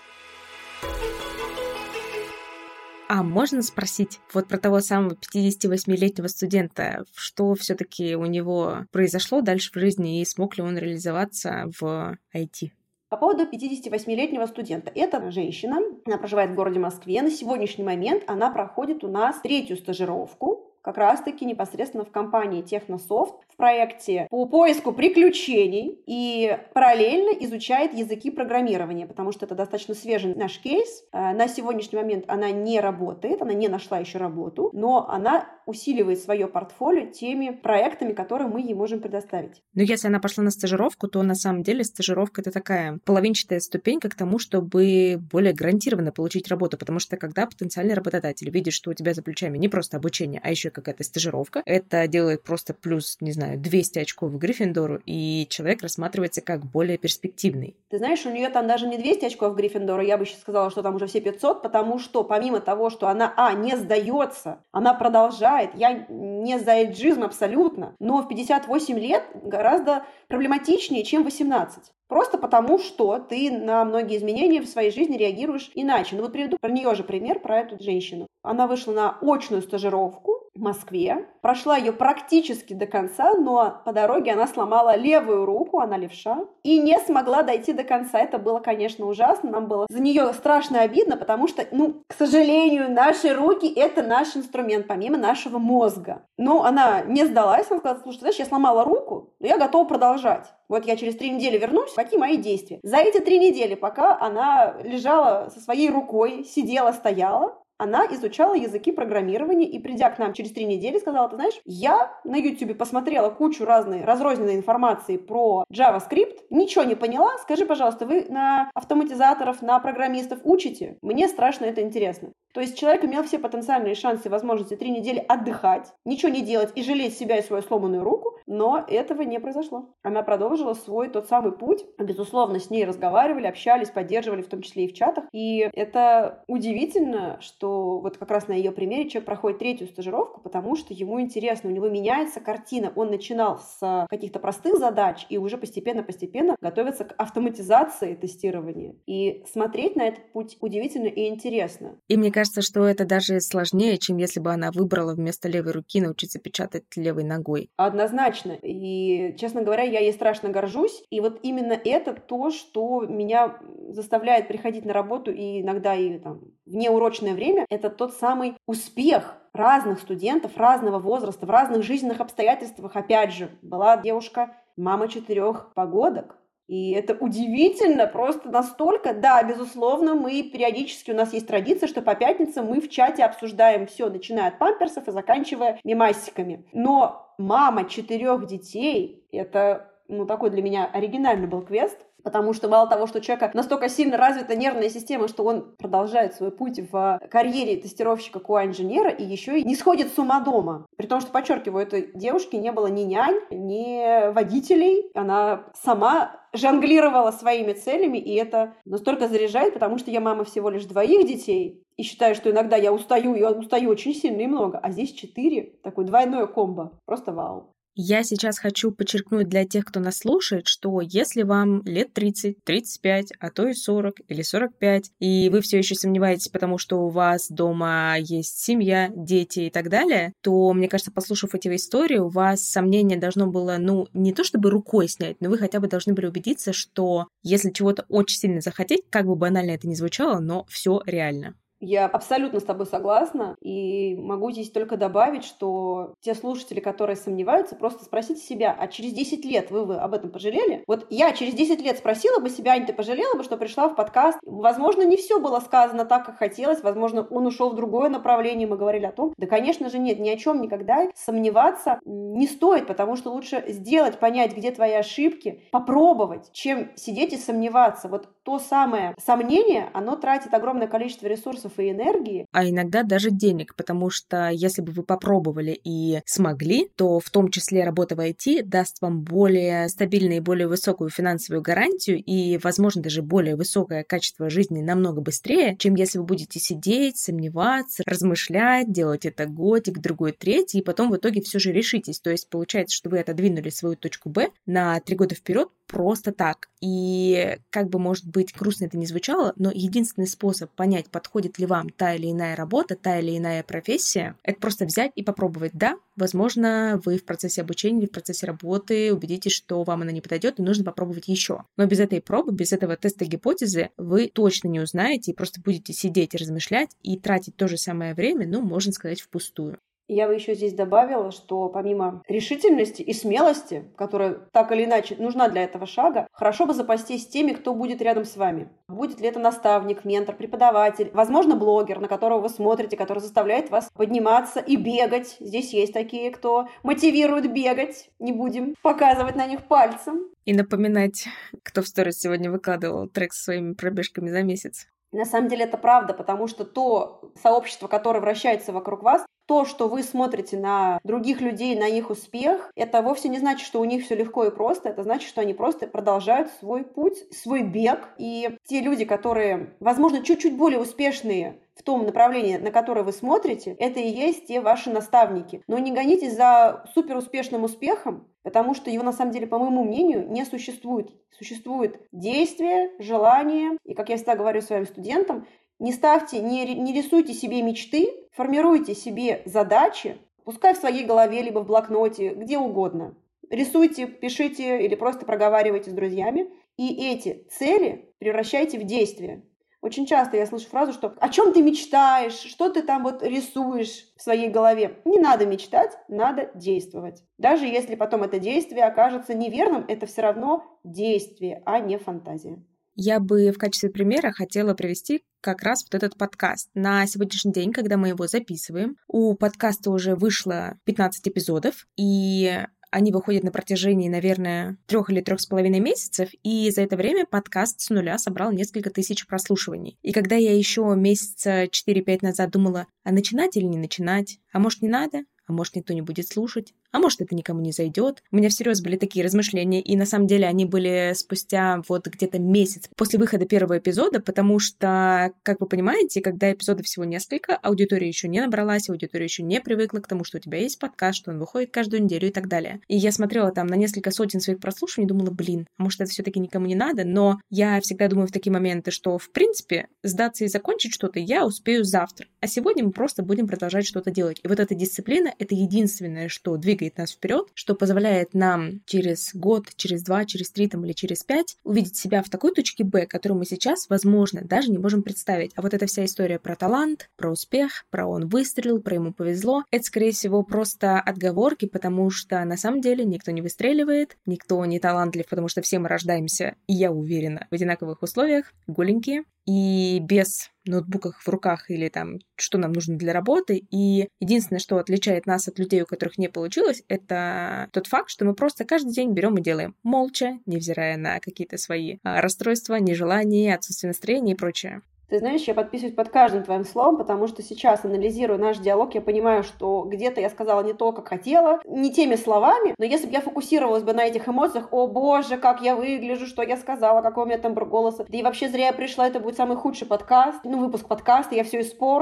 А можно спросить вот про того самого пятидесятивосьмилетнего студента, что все-таки у него произошло дальше в жизни и смог ли он реализоваться в ай ти? По поводу пятидесятивосьмилетнего студента. Это женщина, она проживает в городе Москве. На сегодняшний момент она проходит у нас третью стажировку, как раз-таки непосредственно в компании Технософт в проекте по поиску приключений и параллельно изучает языки программирования, потому что это достаточно свежий наш кейс. На сегодняшний момент она не работает, она не нашла еще работу, но она усиливает свое портфолио теми проектами, которые мы ей можем предоставить. Но если она пошла на стажировку, то на самом деле стажировка — это такая половинчатая ступенька к тому, чтобы более гарантированно получить работу, потому что когда потенциальный работодатель видит, что у тебя за плечами не просто обучение, а еще какая-то стажировка, это делает просто плюс, не знаю, двести очков в Гриффиндору, и человек рассматривается как более перспективный. Ты знаешь, у нее там даже не двести очков в Гриффиндору, я бы сейчас сказала, что там уже все пятьсот, потому что помимо того, что она, а, не сдается, она продолжает, я не за эйджизм абсолютно, но в пятьдесят восемь лет гораздо проблематичнее, чем восемнадцать. Просто потому, что ты на многие изменения в своей жизни реагируешь иначе. Ну вот приведу про нее же пример, про эту женщину. Она вышла на очную стажировку в Москве, прошла ее практически до конца, но по дороге она сломала левую руку, она левша, и не смогла дойти до конца. Это было, конечно, ужасно, нам было за нее страшно обидно, потому что, ну, к сожалению, наши руки — это наш инструмент, помимо нашего мозга. Но она не сдалась, она сказала: слушай, знаешь, я сломала руку, но я готова продолжать. Вот я через три недели вернусь, какие мои действия? За эти три недели, пока она лежала со своей рукой, сидела, стояла, она изучала языки программирования и, придя к нам через три недели, сказала: ты знаешь, я на YouTube посмотрела кучу разной разрозненной информации про JavaScript, ничего не поняла, скажи, пожалуйста, вы на автоматизаторов, на программистов учите? Мне страшно это интересно. То есть человек имел все потенциальные шансы и возможности три недели отдыхать, ничего не делать и жалеть себя и свою сломанную руку, но этого не произошло. Она продолжила свой тот самый путь. Безусловно, с ней разговаривали, общались, поддерживали, в том числе и в чатах. И это удивительно, что вот как раз на ее примере человек проходит третью стажировку, потому что ему интересно, у него меняется картина. Он начинал с каких-то простых задач и уже постепенно-постепенно готовится к автоматизации тестирования. И смотреть на этот путь удивительно и интересно. И мне кажется, что это даже сложнее, чем если бы она выбрала вместо левой руки научиться печатать левой ногой. Однозначно. И, честно говоря, я ей страшно горжусь. И вот именно это то, что меня заставляет приходить на работу и иногда и там, в неурочное время. Это тот самый успех разных студентов разного возраста, в разных жизненных обстоятельствах. Опять же, была девушка, мама четырех погодок. И это удивительно, просто настолько, да, безусловно, мы периодически, у нас есть традиция, что по пятницам мы в чате обсуждаем все, начиная от памперсов и заканчивая мемасиками. Но мама четырех детей, это, ну, такой для меня оригинальный был квест, потому что мало того, что у человека настолько сильно развита нервная система, что он продолжает свой путь в карьере тестировщика ку эй-инженера и еще и не сходит с ума дома. При том, что, подчеркиваю, этой девушки не было ни нянь, ни водителей. Она сама жонглировала своими целями, и это настолько заряжает, потому что я мама всего лишь двоих детей, и считаю, что иногда я устаю, и устаю очень сильно и много, а здесь четыре, такое двойное комбо. Просто вау. Я сейчас хочу подчеркнуть для тех, кто нас слушает, что если вам лет тридцать, тридцать пять, а то и сорок или сорок пять, и вы все еще сомневаетесь, потому что у вас дома есть семья, дети и так далее, то, мне кажется, послушав эти истории, у вас сомнение должно было, ну, не то чтобы рукой снять, но вы хотя бы должны были убедиться, что если чего-то очень сильно захотеть, как бы банально это ни звучало, но все реально. Я абсолютно с тобой согласна, и могу здесь только добавить, что те слушатели, которые сомневаются, просто спросите себя, а через десять лет вы, вы об этом пожалели? Вот я через десять лет спросила бы себя, Ань, ты пожалела бы, что пришла в подкаст? Возможно, не все было сказано так, как хотелось, возможно, он ушел в другое направление, мы говорили о том. Да, конечно же, нет, ни о чем никогда сомневаться не стоит, потому что лучше сделать, понять, где твои ошибки, попробовать, чем сидеть и сомневаться. Вот то самое сомнение, оно тратит огромное количество ресурсов и энергии. А иногда даже денег, потому что если бы вы попробовали и смогли, то в том числе работа в ай ти даст вам более стабильную и более высокую финансовую гарантию и, возможно, даже более высокое качество жизни намного быстрее, чем если вы будете сидеть, сомневаться, размышлять, делать это годик, другой, третий, и потом в итоге все же решитесь. То есть получается, что вы отодвинули свою точку Б на три года вперед просто так. И как бы, может быть, грустно это ни звучало, но единственный способ понять, подходит ли вам та или иная работа, та или иная профессия, это просто взять и попробовать. Да, возможно, вы в процессе обучения, в процессе работы убедитесь, что вам она не подойдет, и нужно попробовать еще. Но без этой пробы, без этого теста гипотезы вы точно не узнаете и просто будете сидеть и размышлять и тратить то же самое время, ну, можно сказать, впустую. Я бы еще здесь добавила, что помимо решительности и смелости, которая так или иначе нужна для этого шага, хорошо бы запастись теми, кто будет рядом с вами. Будет ли это наставник, ментор, преподаватель, возможно, блогер, на которого вы смотрите, который заставляет вас подниматься и бегать. Здесь есть такие, кто мотивирует бегать. Не будем показывать на них пальцем. И напоминать, кто в сторис сегодня выкладывал трек со своими пробежками за месяц. На самом деле это правда, потому что то сообщество, которое вращается вокруг вас, то, что вы смотрите на других людей, на их успех, это вовсе не значит, что у них все легко и просто. Это значит, что они просто продолжают свой путь, свой бег. И те люди, которые, возможно, чуть-чуть более успешные в том направлении, на которое вы смотрите, это и есть те ваши наставники. Но не гонитесь за суперуспешным успехом, потому что его, на самом деле, по моему мнению, не существует. Существует действие, желание. И, как я всегда говорю своим студентам, не ставьте, не, не рисуйте себе мечты, формируйте себе задачи, пускай в своей голове, либо в блокноте, где угодно. Рисуйте, пишите или просто проговаривайте с друзьями. И эти цели превращайте в действие. Очень часто я слышу фразу, что «о чем ты мечтаешь? Что ты там вот рисуешь в своей голове?» Не надо мечтать, надо действовать. Даже если потом это действие окажется неверным, это все равно действие, а не фантазия. Я бы в качестве примера хотела привести как раз вот этот подкаст. На сегодняшний день, когда мы его записываем, у подкаста уже вышло пятнадцать эпизодов, и они выходят на протяжении, наверное, трех или трех с половиной месяцев, и за это время подкаст с нуля собрал несколько тысяч прослушиваний. И когда я еще месяца четыре-пять назад думала, а начинать или не начинать, а может не надо, а может никто не будет слушать, а может это никому не зайдет. У меня всерьез были такие размышления, и на самом деле они были спустя вот где-то месяц после выхода первого эпизода, потому что, как вы понимаете, когда эпизодов всего несколько, аудитория еще не набралась, аудитория еще не привыкла к тому, что у тебя есть подкаст, что он выходит каждую неделю и так далее. И я смотрела там на несколько сотен своих прослушиваний и думала, блин, а может это все-таки никому не надо, но я всегда думаю в такие моменты, что в принципе сдаться и закончить что-то я успею завтра, а сегодня мы просто будем продолжать что-то делать. И вот эта дисциплина — это единственное, что двигает нас вперед, что позволяет нам через год, через два, через три там, или через пять увидеть себя в такой точке Б, которую мы сейчас, возможно, даже не можем представить. А вот эта вся история про талант, про успех, про он выстрелил, про ему повезло, это, скорее всего, просто отговорки, потому что на самом деле никто не выстреливает, никто не талантлив, потому что все мы рождаемся, и я уверена, в одинаковых условиях, голенькие, и без ноутбуков в руках или там, что нам нужно для работы. И единственное, что отличает нас от людей, у которых не получилось, это тот факт, что мы просто каждый день берем и делаем молча, невзирая на какие-то свои а, расстройства, нежелания, отсутствие настроения и прочее. Ты знаешь, я подписываюсь под каждым твоим словом, потому что сейчас, анализируя наш диалог, я понимаю, что где-то я сказала не то, как хотела, не теми словами, но если бы я фокусировалась бы на этих эмоциях, о боже, как я выгляжу, что я сказала, какой у меня тембр голоса, да и вообще зря я пришла, это будет самый худший подкаст, ну, выпуск подкаста, я все испорчу.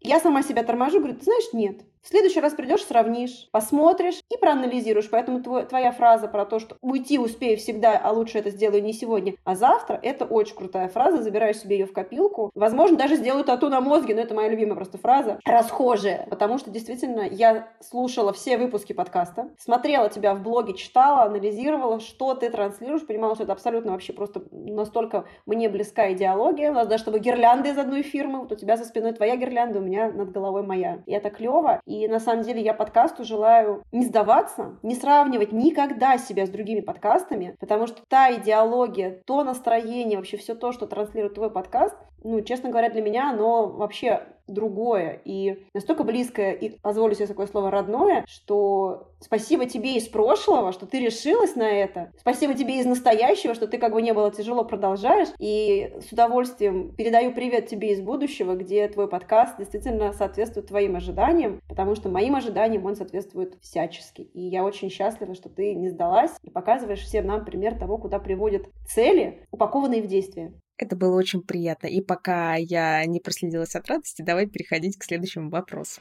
Я сама себя торможу, говорю, ты знаешь, нет. В следующий раз придешь, сравнишь, посмотришь и проанализируешь. Поэтому твой, твоя фраза про то, что уйти успею всегда, а лучше это сделаю не сегодня, а завтра, это очень крутая фраза. Забираю себе ее в копилку. Возможно, даже сделаю тату на мозге, но это моя любимая просто фраза. Расхожая. Потому что действительно я слушала все выпуски подкаста, смотрела тебя в блоге, читала, анализировала, что ты транслируешь, понимала, что это абсолютно вообще просто настолько мне близкая идеология. У нас даже чтобы гирлянды из одной фирмы, вот у тебя за спиной твоя гирлянда, у меня над головой моя. И это клево. И на самом деле я подкасту желаю не сдаваться, не сравнивать никогда себя с другими подкастами, потому что та идеология, то настроение, вообще все то, что транслирует твой подкаст, ну, честно говоря, для меня оно вообще другое и настолько близкое, и, позволю себе такое слово, родное, что спасибо тебе из прошлого, что ты решилась на это, спасибо тебе из настоящего, что ты, как бы не было тяжело, продолжаешь, и с удовольствием передаю привет тебе из будущего, где твой подкаст действительно соответствует твоим ожиданиям, потому что моим ожиданиям он соответствует всячески, и я очень счастлива, что ты не сдалась и показываешь всем нам пример того, куда приводят цели, упакованные в действие. Это было очень приятно. И пока я не проследилась от радости, давай переходить к следующему вопросу.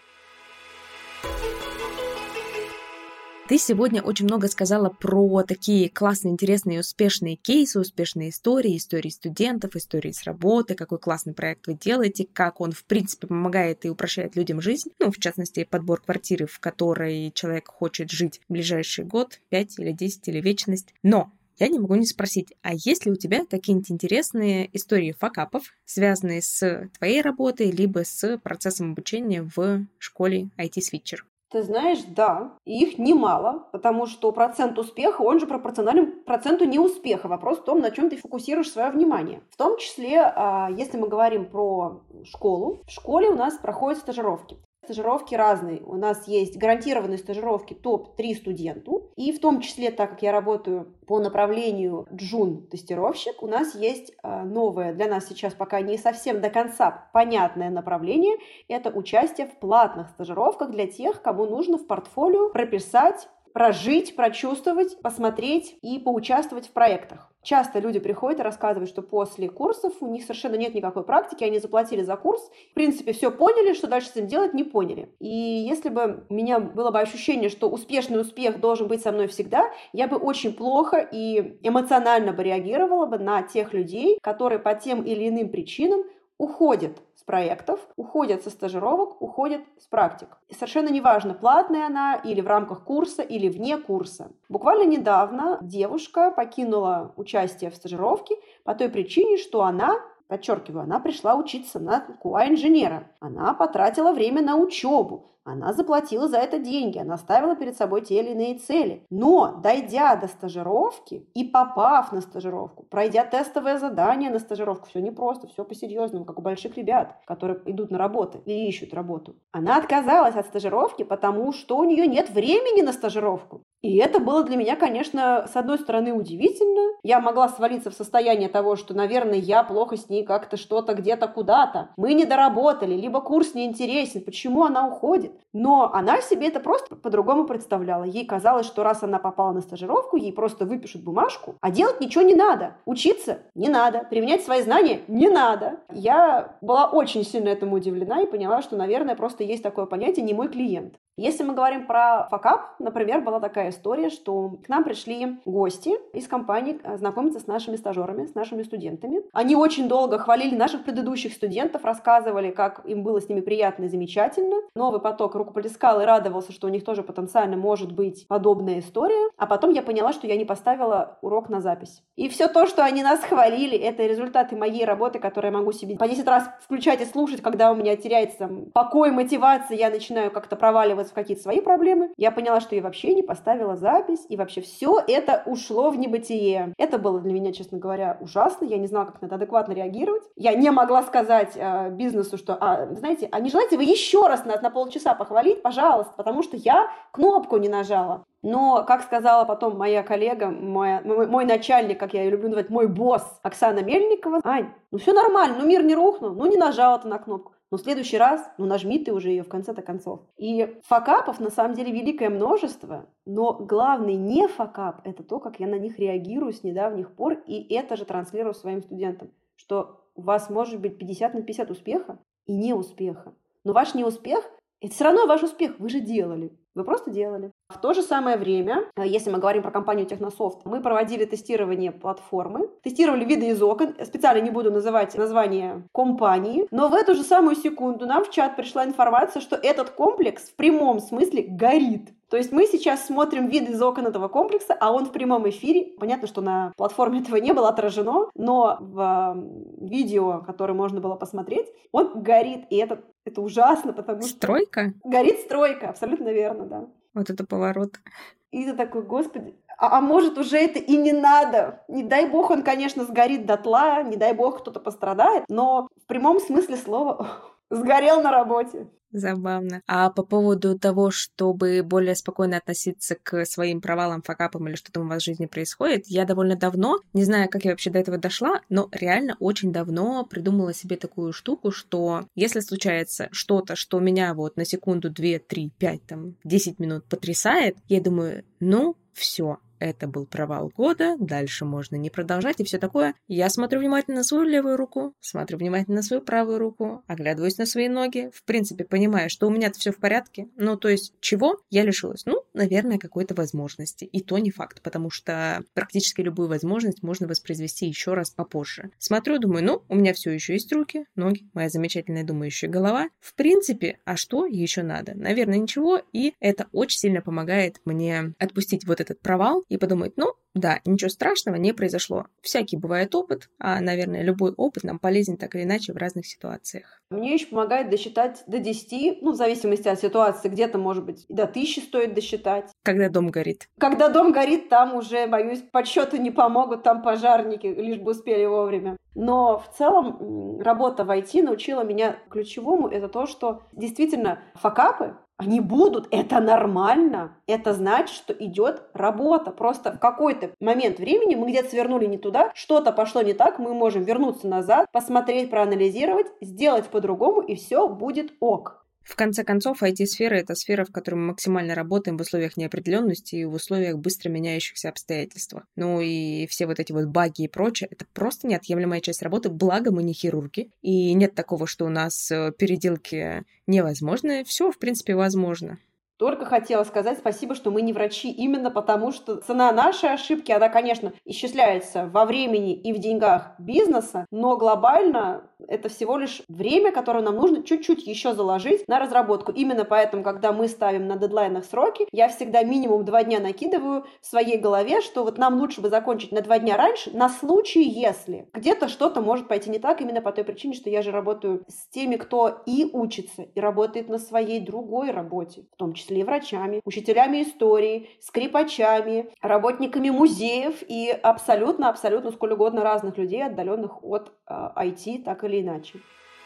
Ты сегодня очень много сказала про такие классные, интересные, успешные кейсы, успешные истории, истории студентов, истории с работы, какой классный проект вы делаете, как он, в принципе, помогает и упрощает людям жизнь, ну, в частности, подбор квартиры, в которой человек хочет жить в ближайший год, пять или десять или вечность. Но я не могу не спросить, а есть ли у тебя какие-нибудь интересные истории факапов, связанные с твоей работой, либо с процессом обучения в школе ай ти-Switcher? Ты знаешь, да, и их немало, потому что процент успеха, он же пропорционален проценту неуспеха. Вопрос в том, на чем ты фокусируешь свое внимание. В том числе, если мы говорим про школу, в школе у нас проходят стажировки. Стажировки разные. У нас есть гарантированные стажировки топ три студенту. И в том числе, так как я работаю по направлению джун-тестировщик, у нас есть новое, для нас сейчас пока не совсем до конца понятное направление. Это участие в платных стажировках для тех, кому нужно в портфолио прописать, прожить, прочувствовать, посмотреть и поучаствовать в проектах. Часто люди приходят и рассказывают, что после курсов у них совершенно нет никакой практики, они заплатили за курс, в принципе, все поняли, что дальше с этим делать не поняли. И если бы у меня было бы ощущение, что успешный успех должен быть со мной всегда, я бы очень плохо и эмоционально бы реагировала бы на тех людей, которые по тем или иным причинам уходят с проектов, уходят со стажировок, уходят с практик. И совершенно неважно, платная она или в рамках курса, или вне курса. Буквально недавно девушка покинула участие в стажировке по той причине, что она, подчеркиваю, она пришла учиться на ку ай-инженера. Она потратила время на учебу. Она заплатила за это деньги, она ставила перед собой те или иные цели. Но, дойдя до стажировки и попав на стажировку, пройдя тестовое задание на стажировку, все непросто, все по-серьезному, как у больших ребят, которые идут на работу или ищут работу, она отказалась от стажировки, потому что у нее нет времени на стажировку. И это было для меня, конечно, с одной стороны удивительно. Я могла свалиться в состояние того, что, наверное, я плохо с ней как-то что-то где-то куда-то. Мы не доработали, либо курс неинтересен, почему она уходит? Но она себе это просто по-другому представляла. Ей казалось, что раз она попала на стажировку, ей просто выпишут бумажку, а делать ничего не надо. Учиться не надо, применять свои знания не надо. Я была очень сильно этому удивлена и поняла, что, наверное, просто есть такое понятие «не мой клиент». Если мы говорим про факап, например, была такая история, что к нам пришли гости из компании знакомиться с нашими стажерами, с нашими студентами. Они очень долго хвалили наших предыдущих студентов, рассказывали, как им было с ними приятно и замечательно. Новый поток рукоплескал и радовался, что у них тоже потенциально может быть подобная история. А потом я поняла, что я не поставила урок на запись. И все то, что они нас хвалили, это результаты моей работы, которую я могу себе по десять раз включать и слушать, когда у меня теряется там покой, мотивация, я начинаю как-то проваливаться в какие-то свои проблемы. Я поняла, что я вообще не поставила запись, и вообще все это ушло в небытие. Это было для меня, честно говоря, ужасно. Я не знала, как на это адекватно реагировать. Я не могла сказать э, бизнесу, что, а, знаете, а не желаете вы еще раз на, на полчаса похвалить, пожалуйста, потому что я кнопку не нажала. Но, как сказала потом моя коллега, моя, мой, мой начальник, как я ее люблю называть, мой босс Оксана Мельникова: Ань, ну все нормально, ну мир не рухнул, ну не нажала ты на кнопку. Но в следующий раз, ну нажми ты уже ее в конце-то концов. И факапов на самом деле великое множество, но главный не факап – это то, как я на них реагирую с недавних пор, и это же транслирую своим студентам, что у вас может быть пятьдесят на пятьдесят успеха и неуспеха. Но ваш неуспех — это все равно ваш успех, вы же делали. Вы просто делали. В то же самое время, если мы говорим про компанию Технософт, мы проводили тестирование платформы, тестировали виды из окон, специально не буду называть название компании, но в эту же самую секунду нам в чат пришла информация, что этот комплекс в прямом смысле горит. То есть мы сейчас смотрим виды из окон этого комплекса, а он в прямом эфире. Понятно, что на платформе этого не было отражено, но в видео, которое можно было посмотреть, он горит. И это, это ужасно, потому что... Стройка? Горит стройка, абсолютно верно, да. Вот это поворот. И ты такой, господи, а, а может уже это и не надо? Не дай бог он, конечно, сгорит дотла, не дай бог кто-то пострадает, но в прямом смысле слова сгорел на работе. Забавно. А по поводу того, чтобы более спокойно относиться к своим провалам, факапам или что там у вас в жизни происходит, я довольно давно, не знаю, как я вообще до этого дошла, но реально очень давно придумала себе такую штуку, что если случается что-то, что меня вот на секунду, две, три, пять, там, десять минут потрясает, я думаю, ну, все. Это был провал года, дальше можно не продолжать и все такое. Я смотрю внимательно на свою левую руку, смотрю внимательно на свою правую руку, оглядываюсь на свои ноги, в принципе, понимаю, что у меня-то все в порядке. Ну, то есть, чего я лишилась? Ну, наверное, какой-то возможности. И то не факт, потому что практически любую возможность можно воспроизвести еще раз попозже. Смотрю, думаю, ну, у меня все еще есть руки, ноги, моя замечательная думающая голова. В принципе, а что еще надо? Наверное, ничего, и это очень сильно помогает мне отпустить вот этот провал и подумать, ну, да, ничего страшного не произошло. Всякий бывает опыт, а, наверное, любой опыт нам полезен так или иначе в разных ситуациях. Мне еще помогает досчитать до десяти, ну, в зависимости от ситуации, где-то, может быть, и до тысячи стоит досчитать. Когда дом горит. Когда дом горит, там уже, боюсь, подсчеты не помогут, там пожарники, лишь бы успели вовремя. Но в целом работа в ай ти научила меня ключевому, это то, что действительно факапы, они будут, это нормально, это значит, что идет работа. Просто в какой-то момент времени мы где-то свернули не туда, что-то пошло не так, мы можем вернуться назад, посмотреть, проанализировать, сделать по-другому, и все будет ок. В конце концов, ай ти-сфера — это сфера, в которой мы максимально работаем в условиях неопределенности и в условиях быстро меняющихся обстоятельств. Ну и все вот эти вот баги и прочее — это просто неотъемлемая часть работы, благо мы не хирурги. И нет такого, что у нас переделки невозможны. Все, в принципе, возможно. Только хотела сказать спасибо, что мы не врачи, именно потому что цена нашей ошибки, она, конечно, исчисляется во времени и в деньгах бизнеса, но глобально это всего лишь время, которое нам нужно чуть-чуть еще заложить на разработку. Именно поэтому, когда мы ставим на дедлайнах сроки, я всегда минимум два дня накидываю в своей голове, что вот нам лучше бы закончить на два дня раньше, на случай, если где-то что-то может пойти не так, именно по той причине, что я же работаю с теми, кто и учится, и работает на своей другой работе, в том числе и врачами, учителями истории, скрипачами, работниками музеев и абсолютно-абсолютно сколь угодно разных людей, отдаленных от э, ай ти, так или иначе.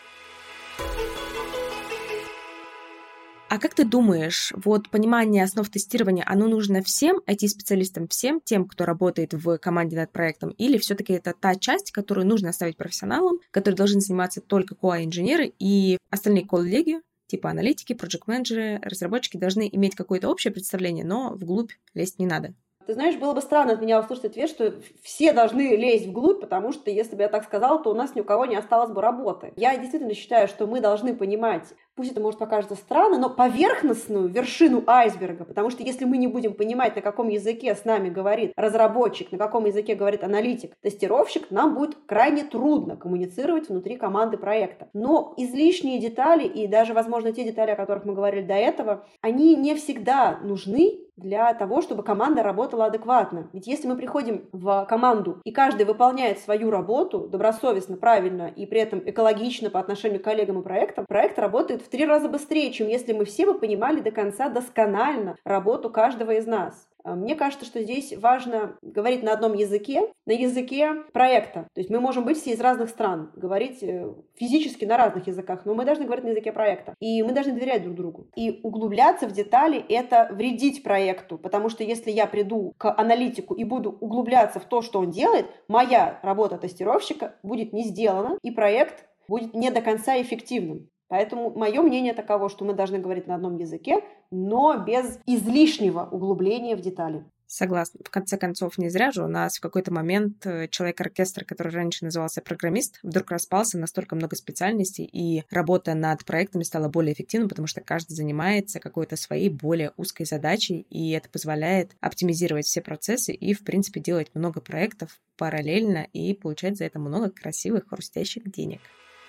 А как ты думаешь, вот понимание основ тестирования, оно нужно всем ай ти-специалистам, всем тем, кто работает в команде над проектом, или все-таки это та часть, которую нужно оставить профессионалам, которые должны заниматься только кью эй-инженеры, и остальные коллеги, типа аналитики, проект-менеджеры, разработчики должны иметь какое-то общее представление, но вглубь лезть не надо? Ты знаешь, было бы странно от меня услышать ответ, что все должны лезть вглубь, потому что если бы я так сказала, то у нас ни у кого не осталось бы работы. Я действительно считаю, что мы должны понимать, пусть это может покажется странно, но поверхностную вершину айсберга, потому что если мы не будем понимать, на каком языке с нами говорит разработчик, на каком языке говорит аналитик, тестировщик, нам будет крайне трудно коммуницировать внутри команды проекта. Но излишние детали и даже, возможно, те детали, о которых мы говорили до этого, они не всегда нужны для того, чтобы команда работала адекватно. Ведь если мы приходим в команду, и каждый выполняет свою работу добросовестно, правильно и при этом экологично по отношению к коллегам и проектам, проект работает в три раза быстрее, чем если мы все бы понимали до конца досконально работу каждого из нас. Мне кажется, что здесь важно говорить на одном языке, на языке проекта. То есть мы можем быть все из разных стран, говорить физически на разных языках, но мы должны говорить на языке проекта. И мы должны доверять друг другу. И углубляться в детали — это вредить проекту, потому что если я приду к аналитику и буду углубляться в то, что он делает, моя работа тестировщика будет не сделана, и проект будет не до конца эффективным. Поэтому мое мнение таково, что мы должны говорить на одном языке, но без излишнего углубления в детали. Согласна. В конце концов, не зря же у нас в какой-то момент человек-оркестр, который раньше назывался программист, вдруг распался на столько много специальностей, и работа над проектами стала более эффективной, потому что каждый занимается какой-то своей более узкой задачей, и это позволяет оптимизировать все процессы и, в принципе, делать много проектов параллельно и получать за это много красивых, хрустящих денег.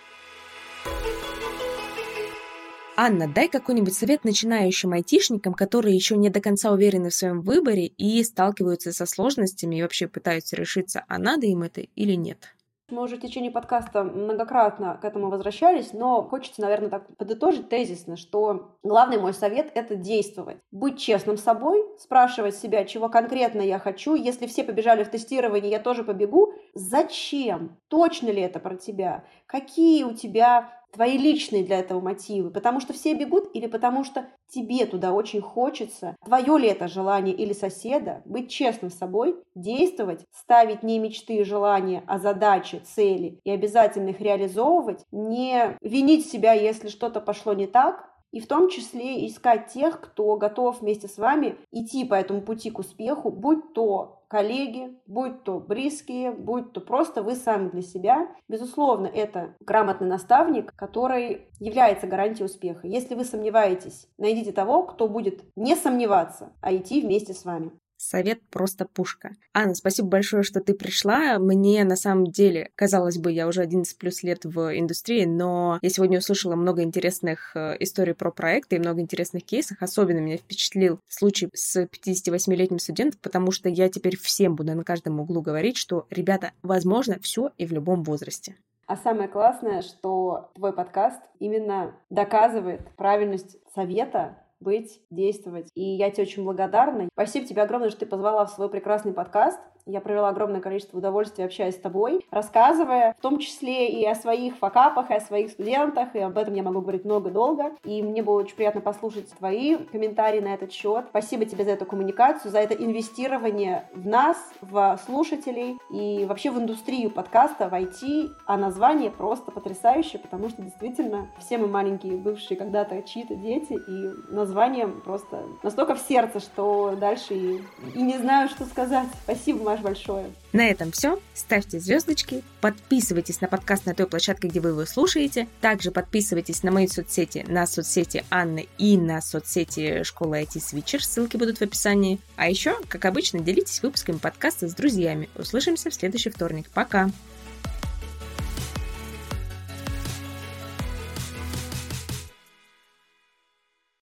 Анна, дай какой-нибудь совет начинающим айтишникам, которые еще не до конца уверены в своем выборе и сталкиваются со сложностями и вообще пытаются решиться, а надо им это или нет. Мы уже в течение подкаста многократно к этому возвращались, но хочется, наверное, так подытожить тезисно, что главный мой совет — это действовать. Быть честным с собой, спрашивать себя, чего конкретно я хочу. Если все побежали в тестирование, я тоже побегу. Зачем? Точно ли это про тебя? Какие у тебя твои личные для этого мотивы? Потому что все бегут или потому что тебе туда очень хочется? Твое ли это желание или соседа? Быть честным с собой, действовать, ставить не мечты и желания, а задачи, цели и обязательно их реализовывать, не винить себя, если что-то пошло не так, и в том числе искать тех, кто готов вместе с вами идти по этому пути к успеху, будь то коллеги, будь то близкие, будь то просто вы сами для себя. Безусловно, это грамотный наставник, который является гарантией успеха. Если вы сомневаетесь, найдите того, кто будет не сомневаться, а идти вместе с вами. Совет просто пушка. Анна, спасибо большое, что ты пришла. Мне, на самом деле, казалось бы, я уже одиннадцать плюс лет в индустрии, но я сегодня услышала много интересных историй про проекты и много интересных кейсов. Особенно меня впечатлил случай с пятидесятивосьмилетним студентом, потому что я теперь всем буду на каждом углу говорить, что, ребята, возможно все и в любом возрасте. А самое классное, что твой подкаст именно доказывает правильность совета быть, действовать. И я тебе очень благодарна. Спасибо тебе огромное, что ты позвала в свой прекрасный подкаст. Я провела огромное количество удовольствия, общаясь с тобой, рассказывая, в том числе и о своих факапах, и о своих студентах, и об этом я могу говорить много-долго. И мне было очень приятно послушать твои комментарии на этот счет. Спасибо тебе за эту коммуникацию, за это инвестирование в нас, в слушателей и вообще в индустрию подкаста, в ай ти. А название просто потрясающее, потому что действительно все мы маленькие, бывшие когда-то чьи-то дети, и название просто настолько в сердце, что дальше и, и не знаю, что сказать. Спасибо, Маш, большое. На этом все. Ставьте звездочки, подписывайтесь на подкаст на той площадке, где вы его слушаете. Также подписывайтесь на мои соцсети, на соцсети Анны и на соцсети Школы ай ти Switcher. Ссылки будут в описании. А еще, как обычно, делитесь выпусками подкаста с друзьями. Услышимся в следующий вторник. Пока!